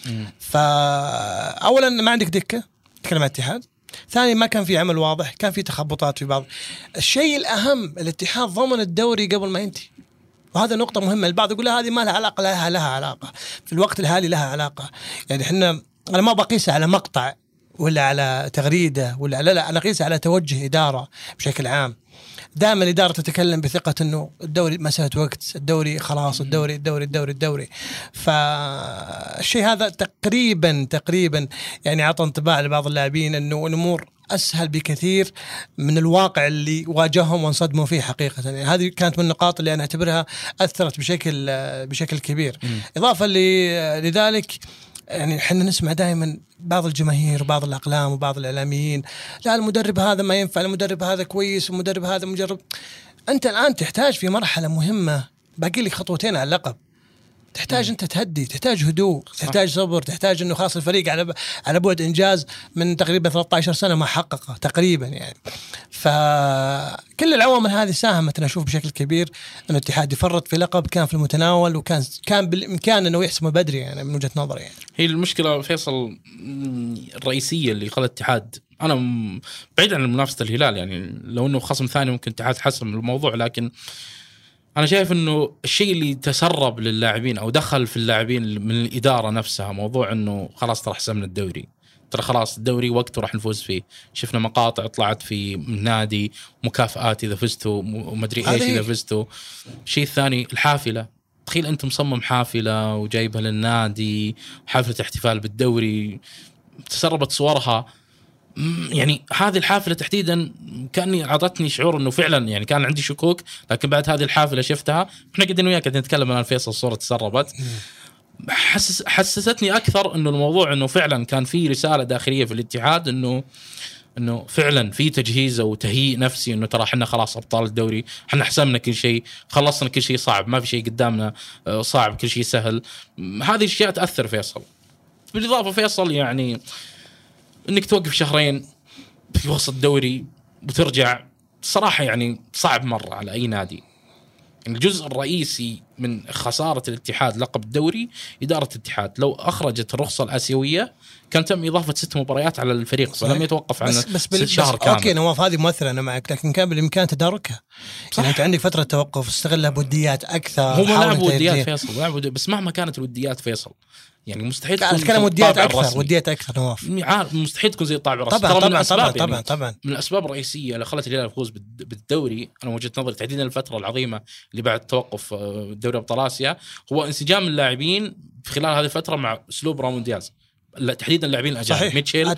فأولا ما عندك دكة تتكلم عن الاتحاد، ثاني ما كان في عمل واضح، كان في تخبطات في بعض. الشيء الأهم الاتحاد ضمن الدوري قبل ما ينتهي، وهذا نقطة مهمة. البعض يقول هذه ما لها علاقة، لها علاقة في الوقت الحالي، لها علاقة يعني. أنا ما بقيسها على مقطع ولا على تغريدة ولا على، لا، أنا أقيسها على توجه إدارة بشكل عام. دائما الإدارة تتكلم بثقة إنه الدوري مسألة وقت، الدوري خلاص، الدوري. فالشيء هذا تقريبا يعني عطى انطباع لبعض اللاعبين إنه الأمور أسهل بكثير من الواقع اللي واجههم وانصدموا فيه حقيقة يعني. هذه كانت من النقاط اللي أنا أعتبرها أثرت بشكل كبير. إضافة لذلك يعني احنا نسمع دائما بعض الجماهير وبعض الأقلام وبعض الإعلاميين، لا المدرب هذا ما ينفع، المدرب هذا كويس، والمدرب هذا مجرب. أنت الآن تحتاج في مرحلة مهمة، باقي لك خطوتين على اللقب، تحتاج أنت تهدي، تحتاج هدوء، تحتاج صبر، تحتاج إنه خاص الفريق على بعد إنجاز من تقريبا 13 سنة ما حققه تقريبا يعني. فكل العوامل هذه ساهمت أنا أشوف بشكل كبير إنه الاتحاد يفرط في لقب كان في المتناول، وكان بالإمكان إنه يحسمه بدري يعني من وجهة نظري يعني. هي المشكلة فيصل الرئيسية اللي خلت الاتحاد، أنا بعيد عن منافسة الهلال يعني، لو إنه خصم ثاني ممكن الاتحاد حسم الموضوع، لكن أنا شايف إنه الشيء اللي تسرب للاعبين أو دخل في اللاعبين من الإدارة نفسها، موضوع إنه خلاص ترى حسمنا الدوري، ترى خلاص الدوري وقته راح نفوز فيه. شفنا مقاطع طلعت في نادي مكافآت إذا فزتوا ومدري إيش إذا فزتوا. الشيء الثاني الحافلة، تخيل أنت مصمم حافلة وجايبها للنادي، حافلة احتفال بالدوري، تسربت صورها يعني. هذه الحافلة تحديدا كأني عطتني شعور انه فعلا يعني كان عندي شكوك، لكن بعد هذه الحافلة شفتها، احنا قاعدين وياك قاعدين نتكلم عن فيصل، الصورة تسربت، حسستني اكثر انه الموضوع انه فعلا كان في رسالة داخلية في الاتحاد انه فعلا في تجهيز وتهيئ نفسي، انه ترى احنا خلاص ابطال الدوري، احنا حسمنا كل شيء، خلصنا كل شيء صعب، ما في شيء قدامنا صعب، كل شيء سهل. هذه الاشياء تأثر فيصل. بالاضافة فيصل يعني انك توقف شهرين في وسط دوري وترجع، صراحة يعني صعب مرة على اي نادي. الجزء الرئيسي من خسارة الاتحاد لقب الدوري إدارة الاتحاد، لو أخرجت الرخصة الآسيوية كان تم إضافة 6 مباريات على الفريق ولم يتوقف عن 6 شهر كامل. أوكي نواف، هذه مؤثرة أنا معك، لكن كان بالإمكان تداركها يعني. أنت عندك فترة توقف، استغلها بوديات أكثر. هو لعب وديات فيصل، بس مهما كانت الوديات فيصل يعني مستحيل تكون وديات أكثر نواف، مستحيل تكون زي الطابع الرسمي. طبعا من الأسباب الرئيسية اللي خلت الهلال يفوز بالدوري أنا وجهة نظري تحديدا الفترة العظيمة اللي بعد توقف دوري أبطال آسيا، هو انسجام اللاعبين في خلال هذه الفترة مع أسلوب رامون دياز، تحديدا اللاعبين الأجانب. ميتشيل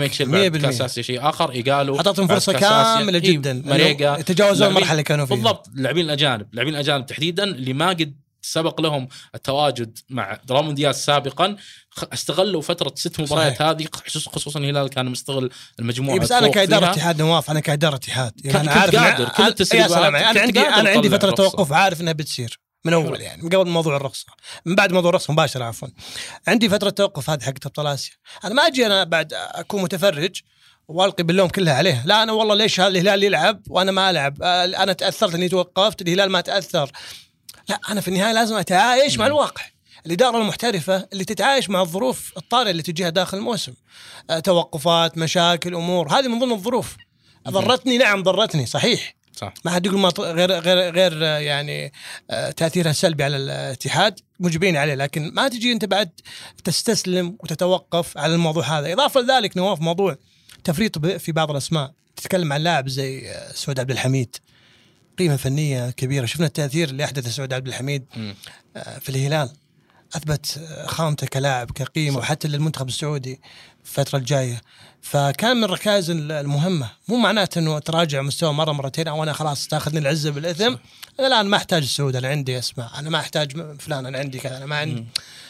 بعد كاس آسيا شيء آخر، إيجالو أعطتهم فرصة كاملة جدا، ماريجا تجاوزوا المرحلة اللي كانوا فيها. بالضبط، اللاعبين الأجانب تحديدا اللي ما قد سبق لهم التواجد مع رامون دياز سابقا، استغلوا فترة 6 مباريات هذه، خصوصا الهلال كان مستغل المجموعة. بس أنا كإدارة اتحاد نواف، أنا كإدارة اتحاد يعني أنا عارف كل التسريبات، أنا عندي فترة توقف عارف إنها بتصير من أول يعني، من قبل موضوع الرخصة، من بعد موضوع الرخصة مباشرة عفوا، عندي فترة توقف هذه حقت أبطال آسيا. أنا ما أجي أنا بعد أكون متفرج والقي باللوم كلها عليه، لا أنا والله ليش الهلال يلعب وأنا ما ألعب، أنا تأثرت إني توقفت، الهلال ما تأثر. لا، أنا في النهاية لازم أتعايش مع الواقع. الإدارة المحترفة اللي تتعايش مع الظروف الطارئة اللي تجيها داخل الموسم، توقفات، مشاكل، أمور، هذه من ضمن الظروف. ضرتني، نعم ضرتني صحيح، صح. ما حد يقول ما غير يعني تأثيرها سلبي على الاتحاد، مجبرين عليه، لكن ما تجي أنت بعد تستسلم وتتوقف على الموضوع هذا. إضافة لذلك نواف، موضوع تفريط في بعض الأسماء، تتكلم عن لاعب زي سعود عبد الحميد، قيمة فنية كبيرة، شفنا التأثير اللي أحدث سعود عبد الحميد في الهلال، أثبت خامته كلاعب كقيمة، وحتى للمنتخب السعودي الفترة الجاية. فكان من الركائز المهمة. مو معناته أنه تراجع مستوى مرة مرتين أو أنا خلاص تأخذني العزة بالإثم. أنا الآن ما أحتاج السعود، أنا عندي أسماء، أنا ما أحتاج فلان، أنا عندي كذا، أنا ما عندي.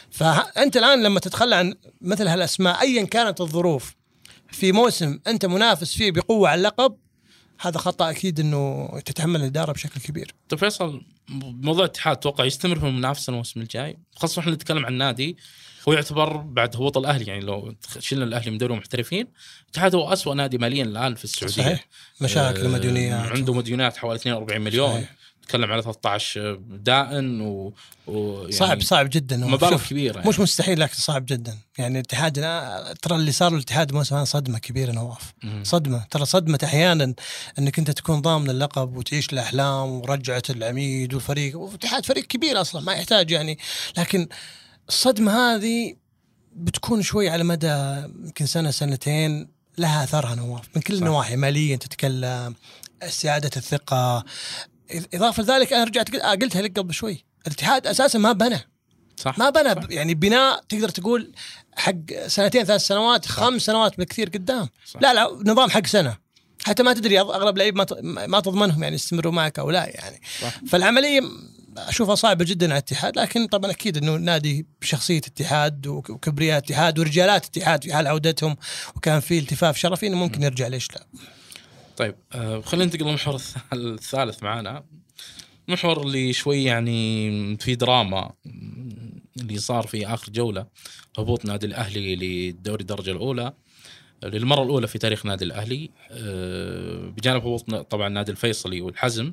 فأنت الآن لما تتخلى عن مثل هالأسماء أيا كانت الظروف في موسم أنت منافس فيه بقوة على اللقب، هذا خطأ أكيد إنه تتحمل الإدارة بشكل كبير. طيب فيصل، موضوع الاتحاد توقع يستمر في المنافسة الموسم الجاي، خاصة إحنا نتكلم عن نادي هو يعتبر بعد هبوط الاهلي، يعني لو شلنا الاهلي من دوري المحترفين، الاتحاد هو أسوأ نادي ماليا الان في السعوديه. صحيح. مشاكل مديونيات، عنده مديونات حوالي 42 مليون. صحيح. تكلم على 13 دائن يعني صعب جدا، مبالغ كبيره يعني. مش مستحيل لكن صعب جدا. يعني الاتحاد ترى اللي صار الاتحاد موسم صدمه كبيره نواف. صدمه احيانا انك انت تكون ضامن اللقب وتعيش الاحلام ورجعه العميد والفريق، والاتحاد فريق كبير اصلا ما يحتاج يعني، لكن الصدمه هذه بتكون شوي على مدى يمكن سنه سنتين لها اثرها نواف من كل النواحي. ماليا تتكلم، استعاده الثقه، إضافة لذلك أنا رجعت قلتها لك قبل شوي، الاتحاد أساسا ما بنى. صح. ما بنى. صح. يعني بناء تقدر تقول حق 2 3 سنوات، 5 سنوات بكثير قدام. صح. لا نظام حق سنة، حتى ما تدري أغلب لعيب ما تضمنهم يعني يستمروا معك أو لا يعني. صح. فالعملية أشوفها صعبة جدا على الاتحاد، لكن طبعا أكيد إنه نادي بشخصية اتحاد وكبرياء اتحاد ورجالات اتحاد في حال عودتهم وكان في التفاف شرفي إنه ممكن يرجع، ليش لا. طيب خلينا ننتقل للمحور الثالث معنا، محور اللي شوي يعني في دراما اللي صار في آخر جولة، هبوط نادي الأهلي للدوري الدرجة الأولى للمرة الأولى في تاريخ نادي الأهلي، بجانب هبوط طبعا نادي الفيصلي والحزم.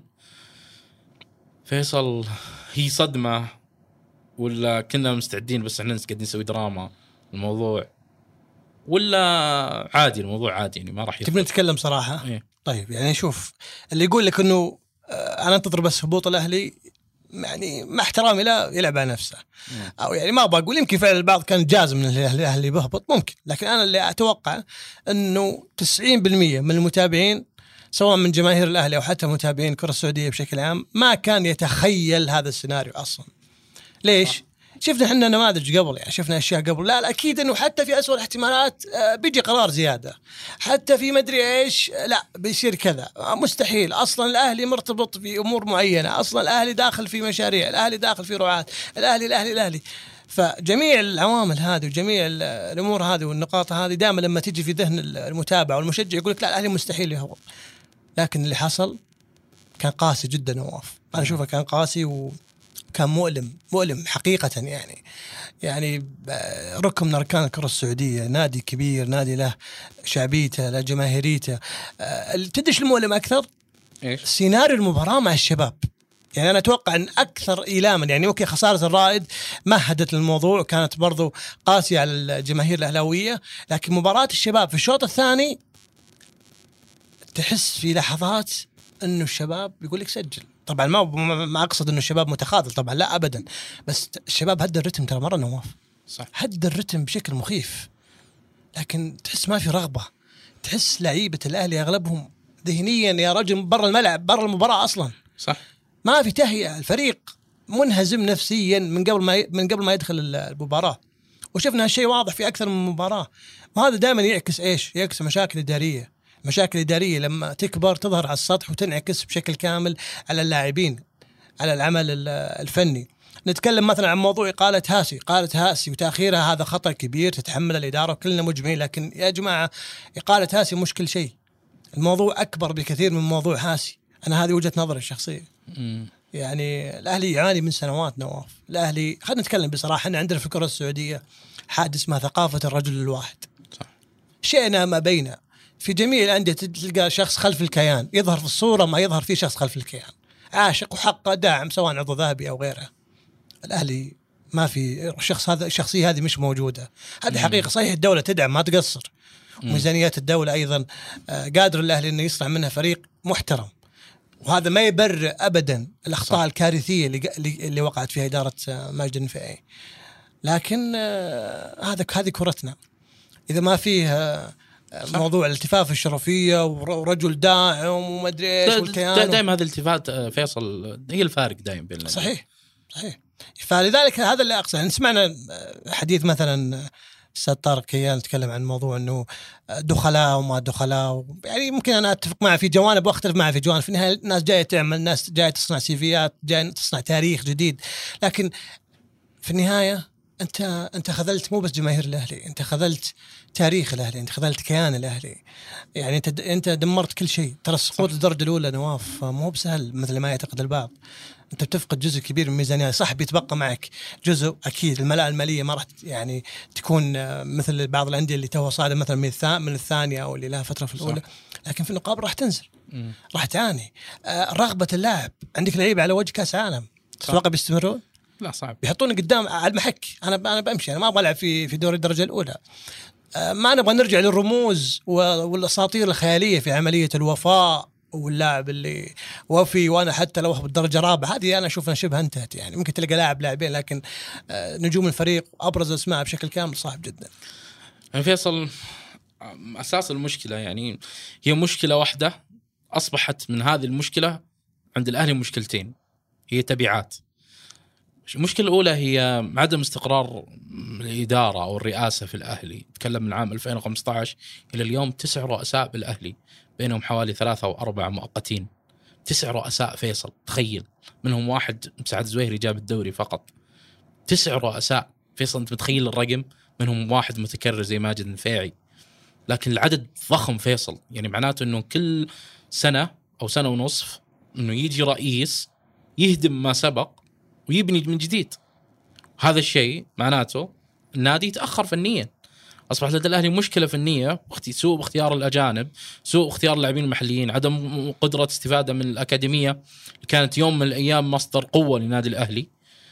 فيصل هي صدمة ولا كنا مستعدين بس احنا قاعدين نسوي دراما الموضوع، ولا عادي الموضوع عادي يعني ما راح تبي نتكلم صراحة؟ إيه؟ طيب يعني شوف، اللي يقول لك انه انا انتظر بس هبوط الاهلي يعني مع احترامي لا يلعب على نفسه. او يعني ما بقول، يمكن فعلا البعض كان جازم من الاهلي بهبط ممكن، لكن انا اللي اتوقع انه 90% من المتابعين سواء من جماهير الاهلي او حتى متابعين الكرة السعودية بشكل عام ما كان يتخيل هذا السيناريو اصلا. ليش؟ شفنا احنا نماذج قبل، يعني شفنا اشياء قبل. لا اكيد انه حتى في اسوأ الاحتمالات بيجي قرار زياده، حتى في مدري ايش لا بيصير كذا. مستحيل اصلا، الاهلي مرتبط في امور معينه، اصلا الاهلي داخل في مشاريع، الاهلي داخل في رعاة، الاهلي. فجميع العوامل هذه وجميع الامور هذه والنقاط هذه دائما لما تيجي في ذهن المتابع والمشجع يقول لك لا الاهلي مستحيل يهبط. لكن اللي حصل كان قاسي جدا نواف، انا اشوفه كان قاسي وكان مؤلم حقيقة. يعني ركن من أركان الكرة السعودية، نادي كبير، نادي له شعبيته له جماهيريته. تدش المؤلم أكثر إيش؟ سيناريو المباراة مع الشباب. يعني أنا أتوقع أن أكثر إيلاما، يعني أوكي خسارة الرائد مهدت الموضوع كانت برضو قاسية على الجماهير الأهلاوية، لكن مباراة الشباب في الشوط الثاني تحس في لحظات أنه الشباب يقول لك سجل. طبعا ما أقصد أنه الشباب متخاذل طبعا، لا أبدا، بس الشباب هد الرتم ترى مرة نواف. صح. هد الرتم بشكل مخيف، لكن تحس ما في رغبة. تحس لعيبة الأهلي أغلبهم ذهنيا يا رجل برا الملعب برا المباراة أصلا. صح. ما في تهيئة، الفريق منهزم نفسيا من قبل ما يدخل المباراة، وشفنا هالشيء واضح في أكثر من مباراة. وهذا دائما يعكس إيش؟ يعكس مشاكل إدارية لما تكبر تظهر على السطح وتنعكس بشكل كامل على اللاعبين، على العمل الفني. نتكلم مثلا عن موضوع إقالة هاسي وتأخيرها، هذا خطأ كبير تتحمل الإدارة وكلنا مجمعين، لكن يا جماعة إقالة هاسي مش كل شيء، الموضوع أكبر بكثير من موضوع هاسي. أنا هذه وجهة نظري الشخصية. يعني الأهلي يعاني من سنوات نواف. الأهلي خلينا نتكلم بصراحة، احنا عندنا في الكرة السعودية حادث ما ثقافة الرجل الواحد. صح. شئنا ما بينا في جميع الأندية تلقى شخص خلف الكيان، يظهر في الصورة ما يظهر فيه شخص خلف الكيان، عاشق وحقه داعم سواء عضو ذهبي أو غيره. الأهلي ما في الشخصية هذه مش موجودة. هذه حقيقة. صحيح الدولة تدعم ما تقصر، وميزانيات الدولة أيضا قادر الأهلي إنه يصنع منها فريق محترم، وهذا ما يبرر أبدا الأخطاء صح. الكارثية اللي وقعت فيها إدارة ماجد النفيعي. لكن هذه كرتنا. إذا ما فيه موضوع الالتفاف الشرفية ورجل داعم وما أدري إيش والكيان دائما هذا الالتفات فيصل هي الفارق دائما بيننا. صحيح. فلذلك هذا اللي أقصد. يعني سمعنا حديث مثلا أستاذ طارق كيان يتكلم عن موضوع أنه دخلاء وما دخلاء، يعني ممكن أنا أتفق معه في جوانب وأختلف معه في جوانب. في النهاية الناس جاية تعمل، ناس جاية تصنع سيفيات، جاية تصنع تاريخ جديد، لكن في النهاية انت خذلت مو بس جماهير الاهلي، انت خذلت تاريخ الاهلي، انت خذلت كيان الاهلي. يعني انت دمرت كل شيء. ترى السقوط الدرجه الاولى نواف مو بسهل مثل ما يعتقد البعض. انت بتفقد جزء كبير من الميزانيه، صح بيتبقى معك جزء اكيد. الملاءه الماليه ما راح يعني تكون مثل بعض الانديه اللي توها صاعده مثلا من الثانيه او اللي لها فتره في الاولى، لكن في المقابل راح تنزل، راح تعاني. رغبه اللاعب، عندك لعيبه على وجه كاس عالم، تتوقع بيستمرون؟ لا صعب. بيحطوني قدام على المحك. انا بمشي، انا ما ابغى العب في دوري الدرجه الاولى. ما نبغى نرجع للرموز والاساطير الخياليه في عمليه الوفاء، واللاعب اللي وفي وانا حتى لو بالدرجه الرابعه، هذه انا اشوفها شبه انتهت. يعني ممكن تلقى لاعبين، لكن نجوم الفريق ابرز اسماء بشكل كامل صعب جدا. يعني فيصل، اساس المشكله يعني هي مشكله واحده، اصبحت من هذه المشكله عند الاهلي مشكلتين، هي تبعات. المشكله الاولى هي عدم استقرار الاداره او الرئاسه في الاهلي. تكلم من عام 2015 الى اليوم 9 رؤساء بالاهلي، بينهم حوالي 3 أو 4 مؤقتين. 9 رؤساء فيصل، تخيل، منهم واحد مساعد زويهري جاب الدوري فقط. 9 رؤساء فيصل، انت متخيل الرقم؟ منهم واحد متكرر زي ماجد النفيعي، لكن العدد ضخم فيصل. يعني معناته انه كل سنه او سنه ونصف انه يجي رئيس يهدم ما سبق ويبني من جديد. هذا الشيء معناته النادي تأخر فنيا. أصبح لدى الأهلي مشكلة فنية، سوء باختيار الأجانب، سوء اختيار اللاعبين المحليين، عدم قدرة استفادة من الأكاديمية اللي كانت يوم من الأيام مصدر قوة لنادي الأهلي.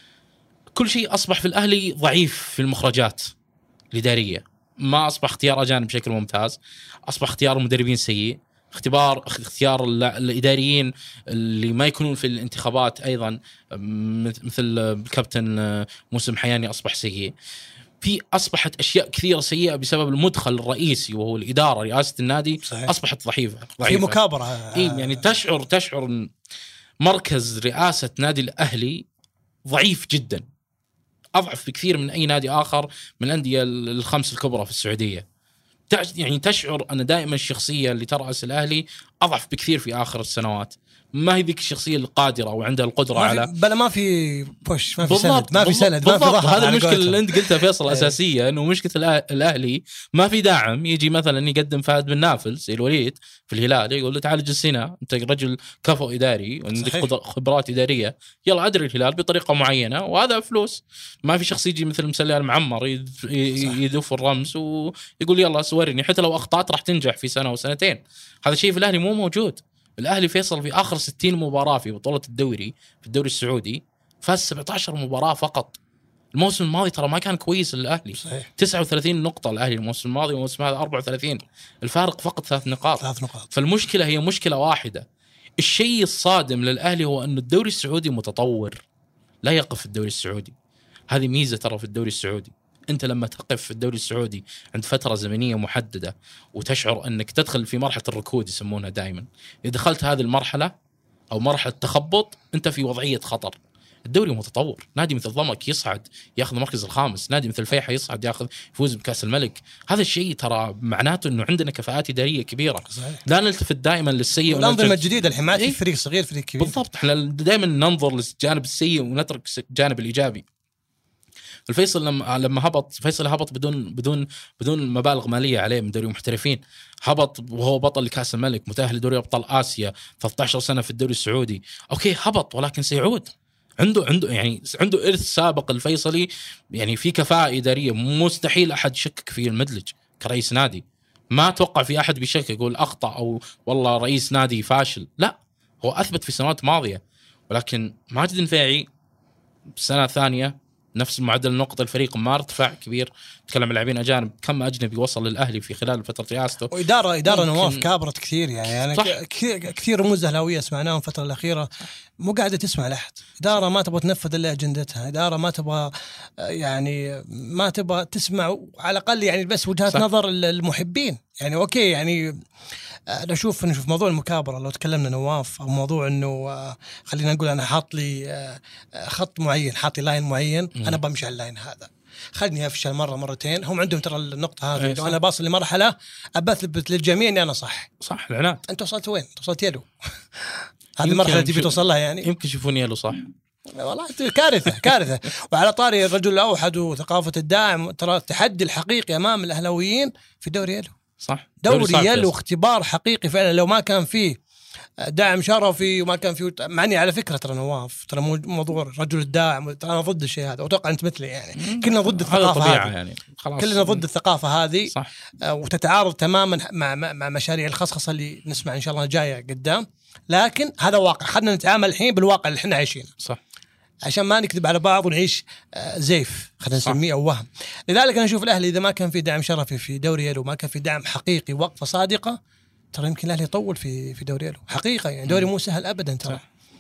كل شيء أصبح في الأهلي ضعيف في المخرجات الإدارية. ما أصبح اختيار أجانب بشكل ممتاز، أصبح اختيار المدربين سيء، اختيار الإداريين اللي ما يكونون في الانتخابات أيضا مثل الكابتن موسم حياني أصبح سيء. أصبحت أشياء كثيرة سيئة بسبب المدخل الرئيسي وهو الإدارة، رئاسة النادي. صحيح. أصبحت ضعيفة في مكابرة. يعني تشعر مركز رئاسة نادي الأهلي ضعيف جدا، أضعف بكثير من أي نادي آخر من الأندية الخمس الكبرى في السعودية. يعني تشعر أن دائما الشخصية اللي ترأس الأهلي أضعف بكثير في آخر السنوات. ما هي ذيك الشخصية القادرة وعندها القدرة على ما في بوش، ما في سند، ما في سند، ما في ظهر. هذا المشكلة اللي أنت قلتها فيصل الأساسية، إنه مشكلة الأهلي ما في داعم. يجي مثلا يقدم فهد بن نافل زي الوليد في الهلال، يقول له تعال جلسنا، أنت رجل كفو إداري وعندك خبرات إدارية، يلا أدري الهلال بطريقة معينة وهذا فلوس. ما في شخص يجي مثل مسلي المعمر يدف الرمز ويقول يلا سورني، حتى لو أخطأت راح تنجح في سنة وسنتين. هذا شيء في الأهلي مو موجود. الأهلي فيصل في آخر 60 مباراة في بطولة الدوري في الدوري السعودي فاز 17 مباراة فقط. الموسم الماضي ترى ما كان كويس للأهلي. صحيح. 39 نقطة الأهلي الموسم الماضي، والموسم هذا 34، الفارق فقط 3 نقاط. فالمشكلة هي مشكلة واحدة. الشيء الصادم للأهلي هو أن الدوري السعودي متطور، لا يقف الدوري السعودي. هذه ميزة ترى في الدوري السعودي. أنت لما تقف في الدوري السعودي عند فترة زمنية محددة وتشعر أنك تدخل في مرحلة الركود يسمونها دائما، إذا دخلت هذه المرحلة أو مرحلة تخبط أنت في وضعية خطر. الدوري متطور، نادي مثل ضمك يصعد ياخذ المركز الخامس، نادي مثل الفيحة يصعد يفوز بكأس الملك. هذا الشيء ترى معناته أنه عندنا كفاءات إدارية كبيرة. صحيح. لا نلتفت دائما للسيء. والأنظمة الجديدة الحين ما في فريق صغير فريق كبير. بالضبط، احنا دائما ننظر للجانب السيء ونترك الجانب الإيجابي. الفيصل لما هبط، فيصل هبط بدون مبالغ ماليه عليه من دوري المحترفين. هبط وهو بطل لكاس الملك، متاهل لدوري ابطال اسيا، 13 سنه في الدوري السعودي. اوكي هبط ولكن سيعود. عنده ارث سابق الفيصلي، يعني في كفاءه اداريه مستحيل احد يشكك في المدلج كرئيس نادي. ما اتوقع في احد بيشكك يقول اخطا او والله رئيس نادي فاشل، لا، هو اثبت في سنوات ماضيه. ولكن ماجد النفيعي السنه الثانيه نفس المعدل النقطة، الفريق ما ارتفع كبير. تكلم عن لاعبين أجانب، كم أجنبي وصل للأهلي في خلال فترة رئاسته. وإدارة نواف كابرت كثير. يعني كثير رموز أهلاوية سمعناهم الفترة الأخيرة مو قاعدة تسمع لأحد. إدارة ما تبغى تنفذ إلا أجندتها، إدارة ما تبغى ما تبغى تسمع على الأقل يعني بس وجهات نظر المحبين. يعني أوكي، يعني نشوف موضوع المكابرة لو تكلمنا نواف، أو موضوع إنه خلينا نقول أنا حاط لي خط معين، حاطي لاين معين، أنا بمشي على اللاين هذا، خلني أفشل مرة مرتين. هم عندهم ترى النقطة هذه، لو أنا باصل لمرحلة أثبت للجميع إني أنا صح العناد. أنت وصلت وين؟ وصلت يلو. هذه المرحلة تبي توصل لها يعني. يمكن يشوفون يلو صح، والله كارثة. وعلى طاري الرجل الأوحد وثقافة الداعم، ترى التحدي الحقيقي أمام الأهلاويين في دوري يلو. صح، دوري يلو اختبار حقيقي فعلا. لو ما كان فيه داعم شرفي وما كان فيه معني، على فكرة ترى نواف، ترى موضوع رجل الداعم ترى أنا ضد الشيء هذا، وأتوقع أنت مثلي يعني كلنا ضد الثقافة هذه يعني خلاص. كلنا ضد الثقافة هذه. صح. وتتعارض تماما مع مشاريع الخصخصة اللي نسمع إن شاء الله جاية قدام. لكن هذا واقع، خلنا نتعامل الحين بالواقع اللي احنا عايشينه. صح، عشان ما نكذب على بعض ونعيش زيف، خلينا نسميه، أو وهم. لذلك أنا أشوف الأهلي إذا ما كان في دعم شرفي في دوري يلو، ما كان في دعم حقيقي وقفة صادقة، ترى يمكن الأهلي يطول في دوري يلو حقيقة. يعني دوري مو سهل أبدا ترى.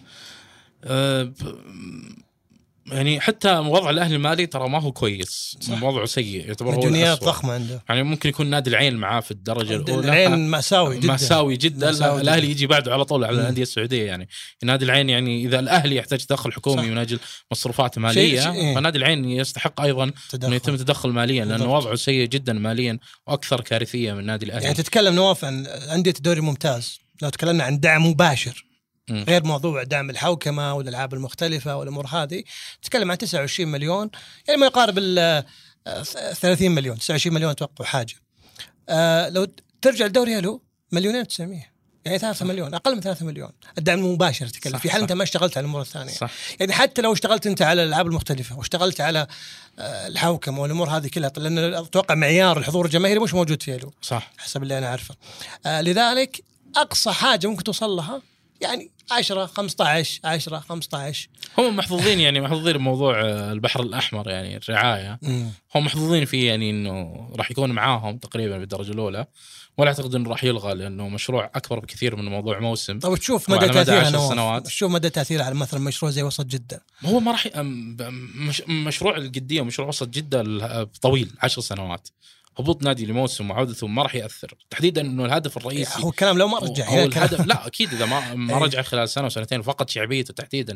يعني حتى وضع الأهلي المالي ترى ما هو كويس، وضعه سيء، يعتبر هو مديونيات ضخمة عنده. يعني ممكن يكون نادي العين معاه في الدرجة الأولى، العين مأساوي جدا. الأهلي يجي بعده على طول على الأندية السعودية. يعني نادي العين، يعني إذا الأهلي يحتاج تدخل حكومي من أجل مصروفات مالية، فنادي العين يستحق أيضا أن يتم تدخل ماليا، لأنه وضعه سيء جدا ماليا وأكثر كارثية من نادي الأهلي. يعني تتكلم نواف عن أندية الدوري الممتاز، لو تكلمنا عن دعم مباشر غير موضوع دعم الحوكمة والألعاب المختلفة والأمور هذه، تتكلم عن 29 مليون، يعني ما يقارب 30 مليون، 29 مليون أتوقع حاجة. لو ترجع الدوري يلو 2,900,000، يعني 3 مليون، أقل من 3 مليون الدعم المباشر. تتكلم في حال أنت ما اشتغلت على الأمور الثانية. صح. يعني حتى لو اشتغلت أنت على الألعاب المختلفة واشتغلت على الحوكمة والأمور هذه كلها، لأن أتوقع معيار الحضور الجماهيري مش موجود في يلو. صح، حسب اللي أنا عارفه. لذلك أقصى حاجة ممكن توصل لها يعني 10 15. هم محظوظين، يعني محظوظين بموضوع البحر الأحمر، يعني الرعاية هم محظوظين فيه، يعني إنه راح يكون معاهم تقريبا بالدرجة الأولى، ولا أعتقد إنه راح يلغى، لأنه مشروع أكبر بكثير من موضوع موسم. طب تشوف مدى تأثيره شوف مدى تأثيره على مثلا مشروع زي وسط جدة. هو ما راح مشروع الجدية، مشروع وسط جدة طويل 10 سنوات. هبوط نادي لموسم وعودته ما راح يأثر، تحديدا انه الهدف الرئيسي هو الكلام لو ما رجع هو الهدف. لا اكيد اذا ما رجع خلال سنه وسنتين، فقط شعبيته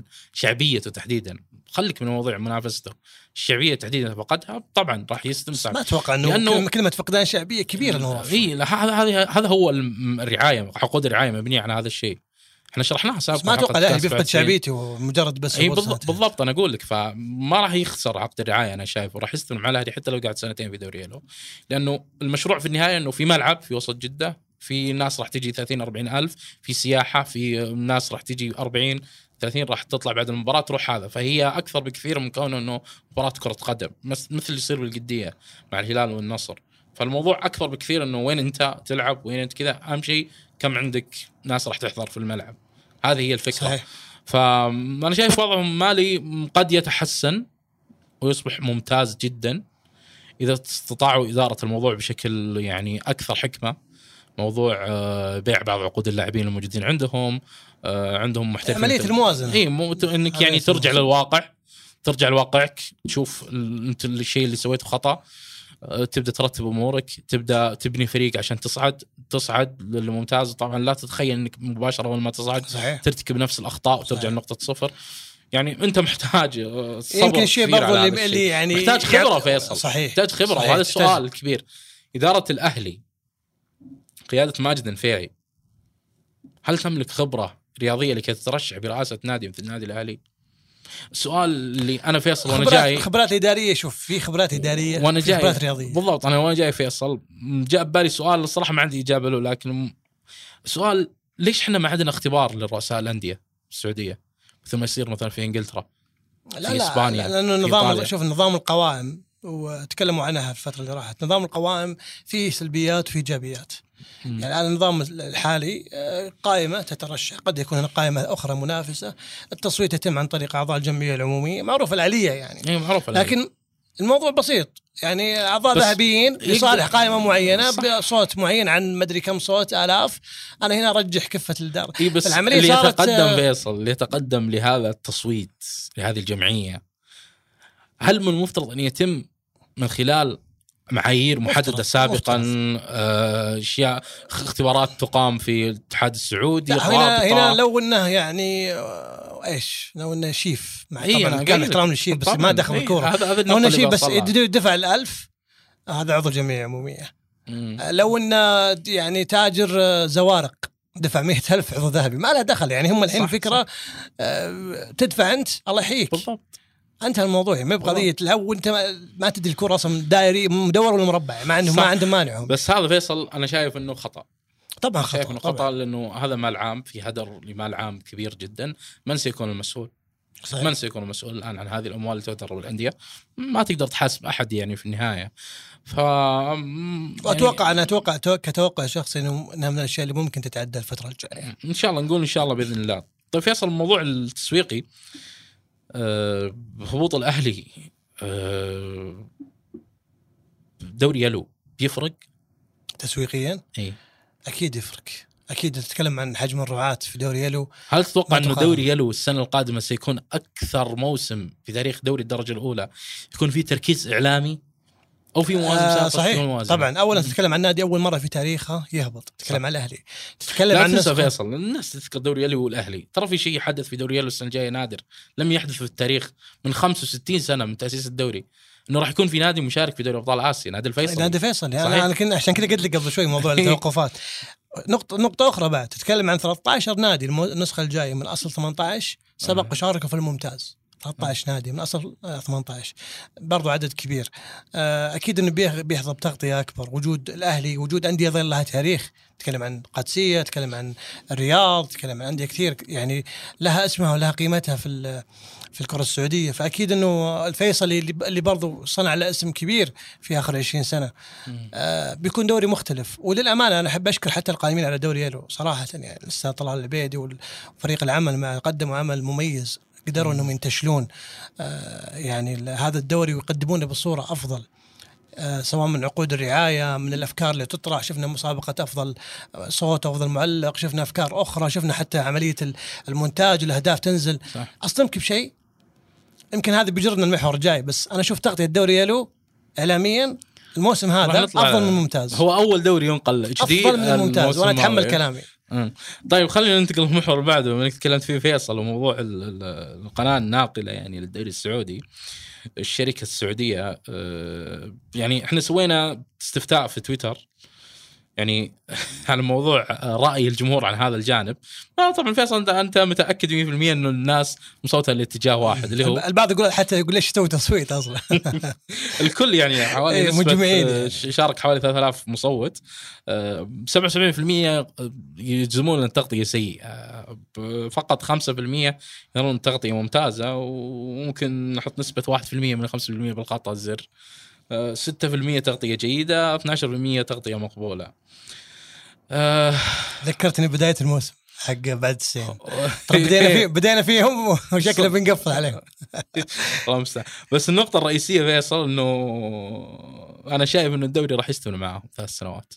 تحديدا خليك من موضوع منافسته، الشعبيه تحديدا فقدها طبعا راح يستمتع. ما اتوقع انه كلمه فقدان شعبيه كبيره. هذا هو الرعايه، عقود الرعايه مبنيه على هذا الشيء. احنا شرحناها سابقا. ما اتوقع الاهلي بيفقد شعبيته مجرد بس. بالضبط انا اقول لك، فما راح يخسر عقد الرعايه، انا شايف، وراح يستمر مع الاهلي حتى لو قعد سنتين في دوري يلو، لانه المشروع في النهايه انه في ملعب في وسط جده، في ناس راح تجي 30-40 ألف، في سياحه، في ناس راح تجي 40-30 راح تطلع بعد المباراه تروح. هذا فهي اكثر بكثير من كونه انه مباراه كره قدم مثل اللي يصير بالقديه مع الهلال والنصر. فالموضوع اكثر بكثير انه وين انت تلعب وين انت كذا، اهم شيء كم عندك ناس راح تحضر في الملعب. هذه هي الفكرة. صحيح. فأنا شايف وضعهم مالي قد يتحسن ويصبح ممتاز جدا إذا استطاعوا إدارة الموضوع بشكل يعني أكثر حكمة. موضوع بيع بعض عقود اللاعبين الموجودين عندهم محترفين، عملية الموازنة. إنك يعني ترجع للواقع، ترجع لواقعك، تشوف أنت الشيء اللي سويته خطأ، تبدأ ترتب أمورك، تبدأ تبني فريق عشان تصعد للممتاز. طبعا لا تتخيل أنك مباشرة أول ما تصعد صحيح. ترتكب نفس الأخطاء وترجع لنقطة صفر. يعني أنت محتاج صبر. يمكن شيء برضو اللي يعني محتاج خبرة فيصل. صحيح. محتاج خبرة. وهذا السؤال الكبير. إدارة الأهلي قيادة ماجد النفيعي، هل تملك خبرة رياضية لكي تترشح برئاسة نادي مثل النادي الأهلي؟ السؤال اللي أنا فيصل وأنا جاي خبرات إدارية. شوف في خبرات إدارية وأنا جاي خبرات رياضية. بالضبط. أنا وأنا جاي فيصل جاء ببالي سؤال الصراحة ما عندي إجابة له، لكن سؤال ليش إحنا ما عندنا اختبار للرؤساء الأندية السعودية مثل ما يصير مثلا في إنجلترا في إسبانيا؟ لأنه النظام، شوف النظام القوائم وتكلموا عنها في الفترة اللي راحت، نظام القوائم فيه سلبيات وفيه إيجابيات. يعني الآن النظام الحالي قائمة تترشح، قد يكون هنا قائمة أخرى منافسة، التصويت يتم عن طريق أعضاء الجمعية العمومية، معروف الآلية يعني. لكن الموضوع بسيط، يعني أعضاء ذهبيين لصالح قائمة معينة بصوت معين عن مدري كم صوت آلاف، أنا هنا أرجح كفة الدار. بس اللي يتقدم فيصل، اللي يتقدم لهذا التصويت لهذه الجمعية، هل من المفترض أن يتم من خلال معايير محددة سابقا، اشياء اختبارات تقام في الاتحاد السعودي؟ هنا لو انه يعني لو انه شيف مع طبعا كان احترام للشيف بس ما دخل الكوره، لو انه شيف بس دفع 1000 هذا عضو جمعية عمومية. لو انه يعني تاجر زوارق دفع 100,000 عضو ذهبي، ما له دخل يعني. هم الحين فكرة تدفع أنت الله يحييك بالضبط. انتهى الموضوع. ما بقضيه لو انت ما تدري الكره اصلا دائري مدور ولا مربع، ما عندهم مانعهم. بس هذا فيصل انا شايف انه خطا، طبعا شايف انه خطا، لانه هذا مال عام، في هدر لمال عام كبير جدا. من سيكون المسؤول؟ صحيح. من سيكون المسؤول الان عن هذه الاموال اللي تهدر بالانديه؟ ما تقدر تحاسب احد يعني في النهايه. اتوقع انا كتوقع شخصي انه من الاشياء اللي ممكن تتعدى الفتره الجايه ان شاء الله، نقول ان شاء الله باذن الله. طيب فيصل، الموضوع التسويقي، هبوط الأهلي دوري يلو بيفرق تسويقيا؟ اي اكيد يفرق، اكيد. تتكلم عن حجم الرعاة في دوري يلو. هل تتوقع انه دوري يلو السنه القادمه سيكون اكثر موسم في تاريخ دوري الدرجه الاولى يكون فيه تركيز اعلامي او في موازنه؟ صحيح طبعا. اولا تتكلم عن نادي اول مره في تاريخه يهبط، تتكلم عن الاهلي، تتكلم عن نفس فيصل. الناس تذكر دوري يلو والاهلي، ترى في شيء حدث في دوري يلو السنه الجايه نادر لم يحدث في التاريخ من 65 سنه من تاسيس الدوري، انه راح يكون في نادي مشارك في دوري ابطال اسيا، نادي الفيصل. نادي الفيصل يعني انا كنا عشان كذا قلت لك قبل شوي موضوع التوقفات. نقطه اخرى بعد، تتكلم عن 13 نادي النسخه الجايه من اصل 18 سبق شاركوا في الممتاز. 13 نادي من أصل 18، برضو عدد كبير. أكيد أنه بيحظى بتغطية أكبر. وجود الأهلي، وجود أندية ظل لها تاريخ، تكلم عن قادسية، تكلم عن الرياض، تكلم عن أندية كثير يعني لها اسمها ولها قيمتها في الكرة السعودية. فأكيد أنه الفيصلي اللي برضو صنع له اسم كبير في آخر 20 سنة بيكون دوري مختلف. وللأمانة أنا أحب أشكر حتى القائمين على دوري يلو صراحة، يعني الأستاذ طلال العبيدي وفريق العمل مع قدموا عمل مميز، قدروا أنهم ينتشلون يعني هذا الدوري ويقدمونه بصورة أفضل، سواء من عقود الرعاية، من الأفكار اللي تطرح. شفنا مسابقة أفضل صوت، أفضل معلق، شفنا أفكار أخرى، شفنا حتى عملية المونتاج، الأهداف تنزل. أصلا بشيء يمكن هذا بيجرنا المحور الجاي، بس أنا شوف تغطية الدوري يلو إعلاميا الموسم هذا أفضل من الممتاز. هو أول دوري ينقل أفضل من الممتاز، وأنا أتحمل كلامي. طيب خلينا ننتقل للمحور بعده، بما انك تكلمت فيه فيصل، وموضوع القناه الناقله يعني للدوري السعودي، الشركه السعوديه. يعني احنا سوينا استفتاء في تويتر يعني على موضوع راي الجمهور عن هذا الجانب. طبعا فيصل انت متاكد 100% انه الناس مصوتها لاتجاه واحد، اللي هو البعض يقول حتى يقول ليش تسوي تصويت اصلا. الكل يعني حوالي نسبة شارك حوالي 3000 مصوت، 77% يجزمون ان التغطيه سيئه، فقط 5% يرون التغطيه ممتازه، وممكن نحط نسبه 1% من 5% بالخطا الزر، 6% تغطيه جيده، 12% تغطيه مقبوله. ذكرتني بدايه الموسم حق بعد السنين. بدينا فيهم وشكله بنقفل عليهم. بس النقطه الرئيسيه فيصل انه انا شايف انه الدوري راح يستمر معهم 3 سنوات.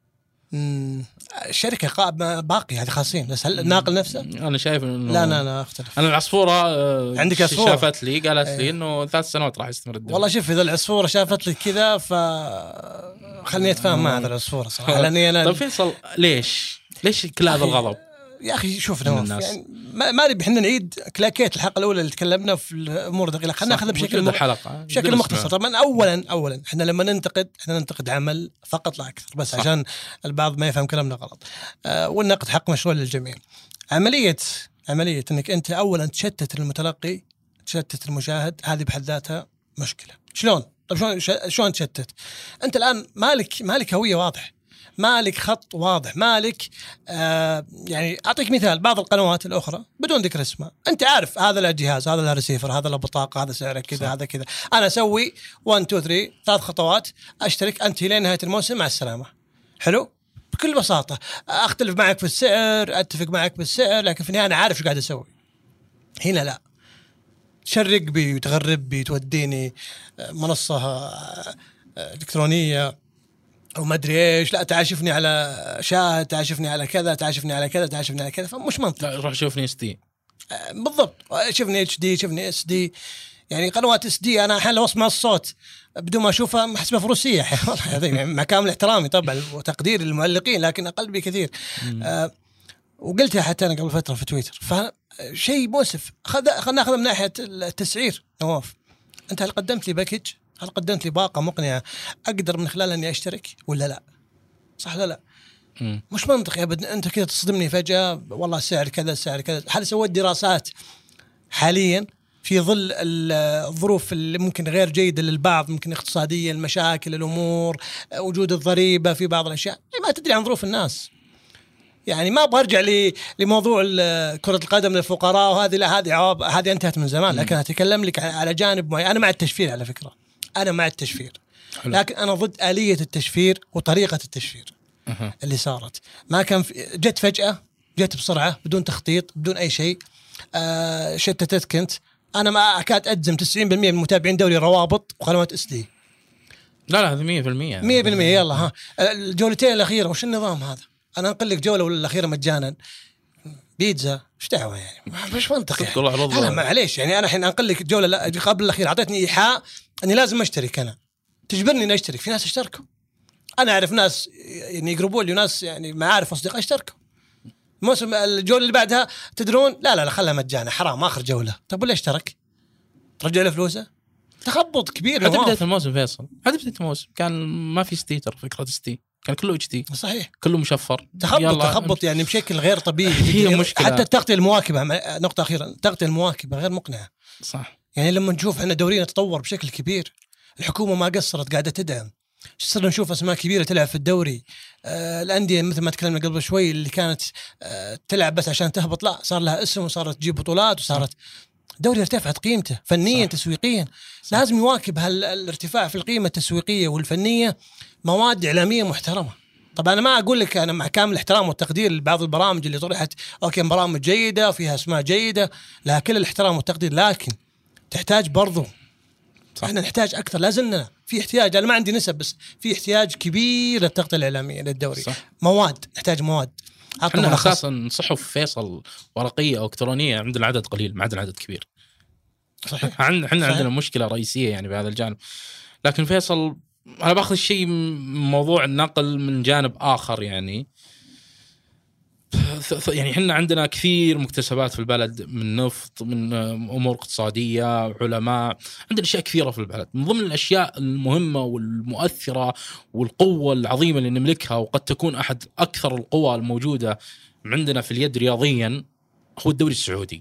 الشركه باقي هذه خاصين، بس هل الناقل نفسه؟ انا شايف انه لا اختلف. انا العصفوره عندك عصفورة شافت لي قالت لي انه 3 سنوات راح يستمر الدوري. والله شوف، اذا العصفوره شافت لي كذا خلني اتفاهم مع هذا العصفوره صراحه، لاني انا طيب فيصل ليش كل هذا الغضب يا اخي؟ شوف نواف، يعني ما نبي احنا نعيد كلاكيت الحلقه الاولى اللي تكلمنا في الامور دقيقه. خلينا ناخذها بشكل مختصر. طبعا اولا احنا لما ننتقد عمل فقط لا اكثر، بس عشان البعض ما يفهم كلامنا غلط. والنقد حق مشروع للجميع. عمليه انك انت اولا تشتت المتلقي، تشتت المشاهد، هذه بحد ذاتها مشكله. شلون؟ طيب شلون تشتت؟ انت الان مالك هويه واضح، مالك خط واضح، مالك يعني أعطيك مثال، بعض القنوات الأخرى بدون ذكر اسمها، أنت عارف هذا له جهاز، هذا له ريسيفر، هذا له بطاقة، هذا سعره كذا، هذا كذا. أنا أسوي 1 2 3 3 خطوات، أشترك، أنت لين نهاية الموسم مع السلامة. حلو؟ بكل بساطة أختلف معك في السعر، أتفق معك بالسعر، لكن في النهاية أنا عارف شو قاعد أسوي. هنا لا، تشرق بي وتغرب بي، توديني منصة إلكترونية وما أدري إيش، لا تعاشفني على شاهد، تعاشفني على كذا، تعاشفني على كذا، تعاشفني على كذا، فمش منطق. روح شوفني SD بالضبط، شوفني HD، شوفني SD. يعني قنوات SD أنا أحيانا لو أسمع الصوت بدون ما أشوفها أحسبها فروسية والله، مع كامل احترامي طبعا وتقدير للمعلقين، لكن أقل بكثير. وقلتها حتى أنا قبل فترة في تويتر، فشيء مؤسف. خلنا ناخذ من ناحية التسعير. نواف، أنت هل قدمت لي باكج؟ هل قدمت لي باقة مقنعة أقدر من خلالها أني أشترك ولا لا؟ صح لا؟ مش منطقي ابدا. انت كذا تصدمني فجاه، والله السعر كذا السعر كذا. هل سويت دراسات حاليا في ظل الظروف اللي ممكن غير جيده للبعض، ممكن اقتصاديا، المشاكل، الامور، وجود الضريبه في بعض الاشياء، ما تدري عن ظروف الناس. يعني ما ابغى ارجع لموضوع كره القدم للفقراء وهذه، لا هذه انتهت من زمان. لكن اتكلم لك على جانب معين. انا مع التشفير على فكره، انا مع التشفير، لكن انا ضد آلية التشفير وطريقه التشفير اللي صارت. ما كان جت فجاه، جت بسرعه بدون تخطيط بدون اي شيء. شتتت كنت انا ما اكاد اجزم 90% من متابعين دوري روابط وقنوات اس دي. لا هذا 100%. يلا ها الجولتين الاخيره وش النظام هذا؟ انا انقل لك جوله الاخيره مجانا بيتزا، ايش دعوه يعني؟ مش منطقي يعني. لا معليش يعني انا الحين انقل لك جوله قبل الاخيره اعطيتني ايحاء اني لازم اشترك، انا تجبرني اني اشترك. في ناس اشتركوا، انا اعرف ناس يعني يقربوا لي وناس يعني معارف اصدقاء اشتركوا. موسم الجوله اللي بعدها تدرون لا خلها مجانا حرام اخر جوله. طب ولا اشترك ترجع له فلوسه؟ تخبط كبير. حتى بدايه الموسم فيصل، حتى بدايه الموسم كان ما في ستيتر، فكره ستي كان كله اتش دي، صحيح كله مشفر. تخبط يعني بشكل غير طبيعي. هي مشكلة. حتى التغطيه المواكبه، نقطه اخيره، التغطيه المواكبه غير مقنعه. صح. يعني لما نشوف احنا دورينا تطور بشكل كبير، الحكومه ما قصرت قاعده تدعم. صرنا نشوف اسماء كبيره تلعب في الدوري. الانديه مثل ما تكلمنا قبل شوي اللي كانت تلعب بس عشان تهبط، لا صار لها اسم وصارت تجيب بطولات وصارت دوري ارتفعت قيمته فنيا تسويقيا. لازم يواكب هالارتفاع في القيمه التسويقيه والفنيه مواد اعلاميه محترمه. طبعا انا ما اقول لك انا مع كامل الاحترام والتقدير لبعض البرامج اللي طرحت، اوكي برامج جيده وفيها اسماء جيده، لها كل الاحترام والتقدير، لكن تحتاج برضو احنا نحتاج اكثر. لازلنا في احتياج، انا ما عندي نسب بس في احتياج كبير للتغطيه الاعلاميه للدوري. صح. مواد، نحتاج مواد. احنا اساسا صحف فيصل ورقيه او الكترونيه عندنا عدد قليل، ما عندنا عدد كبير. صحيح. احنا عندنا مشكله رئيسيه يعني بهذا الجانب. لكن فيصل انا باخذ الشيء موضوع النقل من جانب اخر. يعني احنا عندنا كثير مكتسبات في البلد، من نفط، من امور اقتصاديه، علماء، عندنا اشياء كثيره في البلد. من ضمن الاشياء المهمه والمؤثره والقوه العظيمه اللي نملكها، وقد تكون احد اكثر القوى الموجوده عندنا في اليد رياضيا، هو الدوري السعودي.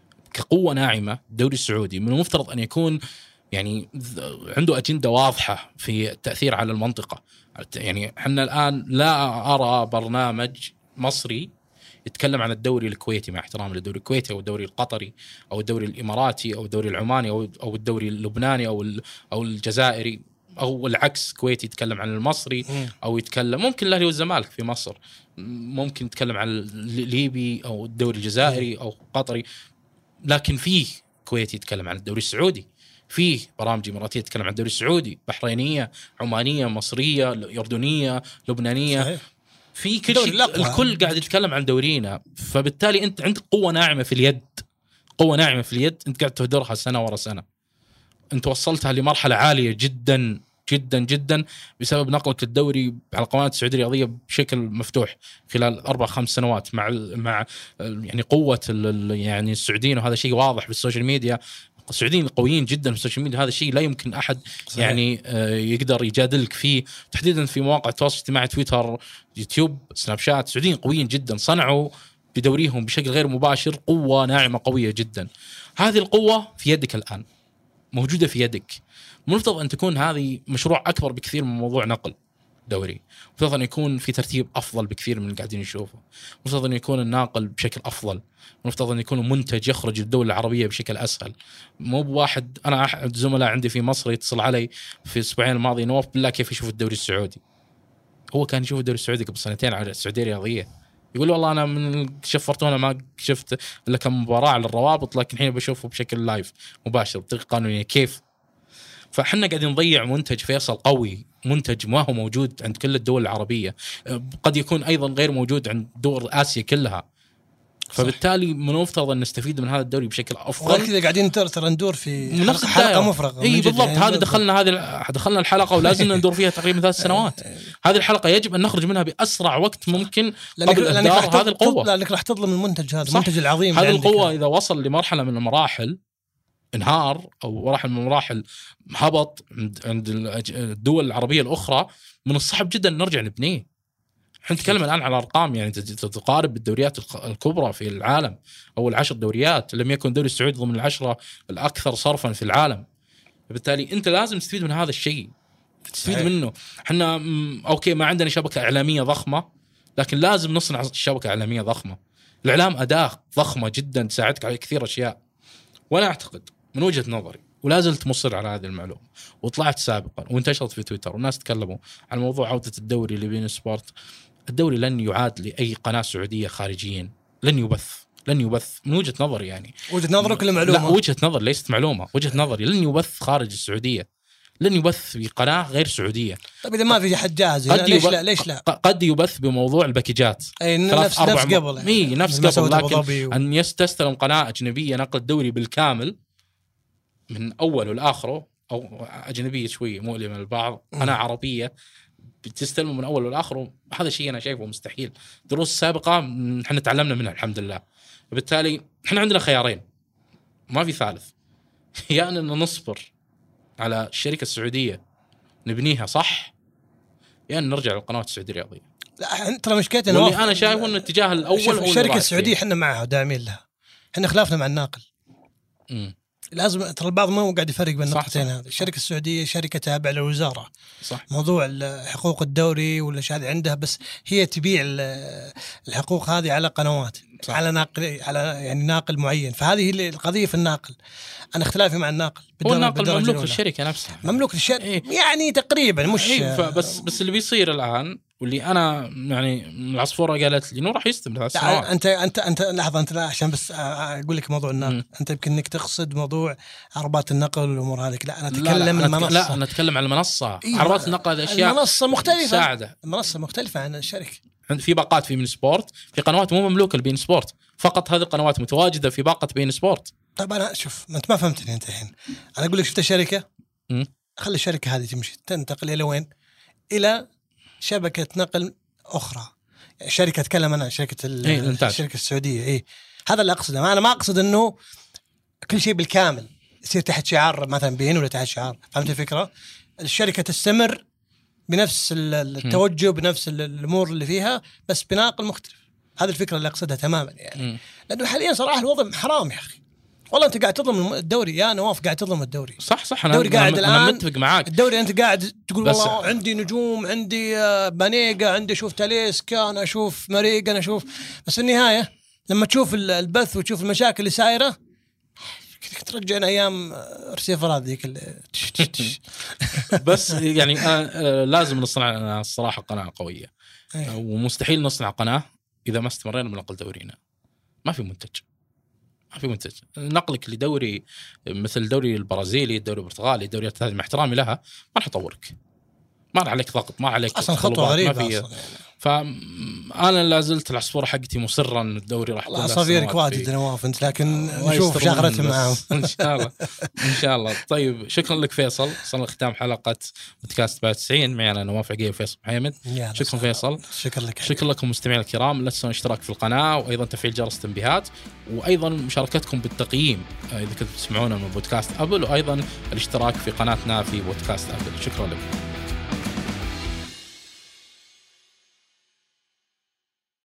كقوه ناعمه الدوري السعودي من المفترض ان يكون يعني عنده أجندة واضحة في التأثير على المنطقة. يعني احنا الآن لا أرى برنامج مصري يتكلم عن الدوري الكويتي، مع احترام للدوري الكويتي أو الدوري القطري أو الدوري الإماراتي أو الدوري العماني أو الدوري اللبناني أو الجزائري، أو العكس، كويتي يتكلم عن المصري، أو يتكلم ممكن الأهلي والزمالك في مصر، ممكن يتكلم عن الليبي أو الدوري الجزائري أو قطري. لكن فيه كويتي يتكلم عن الدوري السعودي، فيه برامج إماراتية تتكلم عن الدوري السعودي، بحرينية، عمانية، مصرية، يردنية، لبنانية. صحيح. في كل شيء، الكل قاعد يتكلم عن دورينا. فبالتالي أنت عندك قوة ناعمة في اليد، قوة ناعمة في اليد، أنت قاعد تهدرها سنة ورا سنة. أنت وصلتها لمرحلة عالية جدا جدا جدا بسبب نقلك الدوري على القنوات السعودية الرياضية بشكل مفتوح خلال 4-5 سنوات، مع يعني قوة يعني السعوديين. وهذا شيء واضح بالسوشيال ميديا. السعوديين قويين جدا في السوشيال ميديا، هذا الشيء لا يمكن أحد صحيح. يعني يقدر يجادلك فيه، تحديدا في مواقع التواصل الاجتماعي، تويتر، يوتيوب، سناب شات. السعوديين قويين جدا، صنعوا بدوريهم بشكل غير مباشر قوة ناعمة قوية جدا. هذه القوة في يدك الآن، موجودة في يدك. مفترض أن تكون هذه مشروع أكبر بكثير من موضوع نقل دوري. مفترض أن يكون في ترتيب أفضل بكثير من اللي قاعدين نشوفه. مفترض أن يكون الناقل بشكل أفضل. مفترض أن يكون منتج يخرج الدولة العربية بشكل أسهل. مو بواحد، أنا أحد زملاء عندي في مصر يتصل علي في الأسبوعين الماضيين، نواف بالله كيف يشوف الدوري السعودي. هو كان يشوف الدوري السعودي قبل 2 على السعودية الرياضية، يقول والله أنا من شفرتونا ما شفت إلا كم مباراة على الروابط، لكن الحين بشوفه بشكل لايف مباشر بطريقة قانونية. كيف؟ فحنا قاعدين نضيع منتج فيصل قوي، منتج ما هو موجود عند كل الدول العربية، قد يكون أيضا غير موجود عند دول آسيا كلها. فبالتالي من المفترض أن نستفيد من هذا الدوري بشكل أفضل. وكذا قاعدين ترى ندور في نفس حلقة مفرغة. إيه بالضبط. هذه دخلنا الحلقة ولازم ندور فيها تقريبا 3 سنوات. هذه الحلقة يجب أن نخرج منها بأسرع وقت ممكن قبل إهدار هذه القوة، لأنك راح تظلم المنتج هذا، المنتج العظيم. هذه القوة إذا وصل لمرحلة من المراحل انهار أو مراحل من مراحل هبط عند الدول العربية الأخرى، من الصعب جدا نرجع نبنيه. احنا نتكلم الان على ارقام يعني تقارب بالدوريات الكبرى في العالم او ال10 دوريات، لم يكن الدوري السعودي ضمن ال10 الاكثر صرفا في العالم. بالتالي انت لازم تستفيد من هذا الشيء، تستفيد منه. احنا اوكي ما عندنا شبكه اعلاميه ضخمه، لكن لازم نصنع شبكه اعلاميه ضخمه. الاعلام اداه ضخمه جدا تساعدك على كثير اشياء. وانا اعتقد من وجهه نظري ولا زلت مصر على هذه المعلومه، وطلعت سابقا وانتشرت في تويتر والناس تكلموا عن موضوع عوده الدوري لبين سبورت. الدوري لن يعاد لاي قناه سعوديه خارجيين، لن يبث من وجهه نظري. يعني وجهه نظرك ولا معلومه؟ لا، وجهه نظر ليست معلومه، وجهه نظري. لن يبث خارج السعوديه، لن يبث في قناه غير سعوديه. طيب اذا ما في حد جاهز ليش لا قد يبث بموضوع الباكيجات، نفس قبل يعني. نفس قبل، لكن ان تستلم قناه اجنبيه نقل الدوري بالكامل من اوله لاخره، او اجنبيه شوي مؤلمه للبعض، قناه عربيه بتستلمه من اوله لاخره، هذا شيء انا شايفه مستحيل. دروس سابقه احنا تعلمنا منها الحمد لله. بالتالي احنا عندنا خيارين، ما في ثالث. يا اننا نصبر على الشركه السعوديه نبنيها صح، يا ان نرجع للقنوات السعوديه الرياضيه. لا ترى مشكلتنا واللي انا شايفه ان الاتجاه الاول هو الشركه السعوديه احنا معها وداعمين لها. احنا خلافنا مع الناقل. لازم ترى البعض ما هو قاعد يفرق بين النقطتين هذه. الشركه السعوديه شركه تابعه للوزاره، صح. موضوع حقوق الدوري ولا شيء هذه عندها، بس هي تبيع الحقوق هذه على قنوات، صح. على ناقل، على يعني ناقل معين. فهذه هي القضيه في الناقل. انا اختلافي مع الناقل. هو الناقل مملوك للشركه نفسها، مملوك للشركه يعني تقريبا، مش بس اللي بيصير الان واللي انا يعني العصفوره قالت لي انه راح يستمر 3 سنوات. انت لحظه، انت لا عشان بس اقول لك موضوع النقل. انت يمكن انك تقصد موضوع عربات النقل والامور هذه. لا انا اتكلم المنصه. لا انا اتكلم عن المنصه. عربات النقل هذه اشياء المنصه مختلفه، ساعده. المنصه مختلفه عن الشركه. في باقات في بين سبورت، في قنوات مو مملوكه لبين سبورت فقط. هذه القنوات متواجده في باقه بين سبورت. طيب انا شوف، ما انت ما فهمتني انت الحين. انا اقول لك شفت الشركه، خلي الشركه هذه تمشي، تنتقل الى وين؟ الى شبكه نقل اخرى. شركه اتكلم انا عن شركه الشركه السعوديه. هذا اللي اقصده. انا ما اقصد انه كل شيء بالكامل يصير تحت شعار مثلا بين ولا تحت شعار. فهمت الفكره؟ الشركه تستمر بنفس التوجه، بنفس الامور اللي فيها، بس بناقل مختلف. هذه الفكره اللي اقصدها تماما يعني. لانه حاليا صراحه الوضع حرام يا اخي. والله انت قاعد تظلم الدوري يا نواف، قاعد تظلم الدوري. صح الدوري قاعد الان، انا متفق معاك. الدوري انت قاعد تقول والله عندي نجوم، عندي بانيجا، عندي اشوف تاليسكا، انا اشوف مريقا، انا اشوف، بس في النهايه لما تشوف البث وتشوف المشاكل اللي سايره ترجعنا ايام رسيفرات ذيك بس يعني لازم نصنع الصراحه قناه قويه. ومستحيل نصنع قناه اذا ما استمرينا بنقل دورينا. ما في منتج. نقلك لدوري مثل الدوري البرازيلي، الدوري البرتغالي، الدوريات هذه مع احترامي لها ما راح تطورك، ما عليك ضغط، ما عليك اصلا خطوه غريبه. فانا لا زلت العصفوره حقتي مصرا الدوري راح يكون صفيرك واجد نواف انت، لكن نشوف شغلتهم معاهم ان شاء الله. طيب شكرا لك فيصل. وصلنا لختام حلقه بودكاست بعد 90 معي انا نواف عقيل وفيصل محمد. شكرا فيصل. شكرا لكم مستمعين الكرام. لا تنسون الاشتراك في القناه، وايضا تفعيل جرس التنبيهات، وايضا مشاركتكم بالتقييم اذا كنتم تسمعونا من بودكاست ابل، وايضا الاشتراك في قناتنا في بودكاست ابل. شكرا لكم.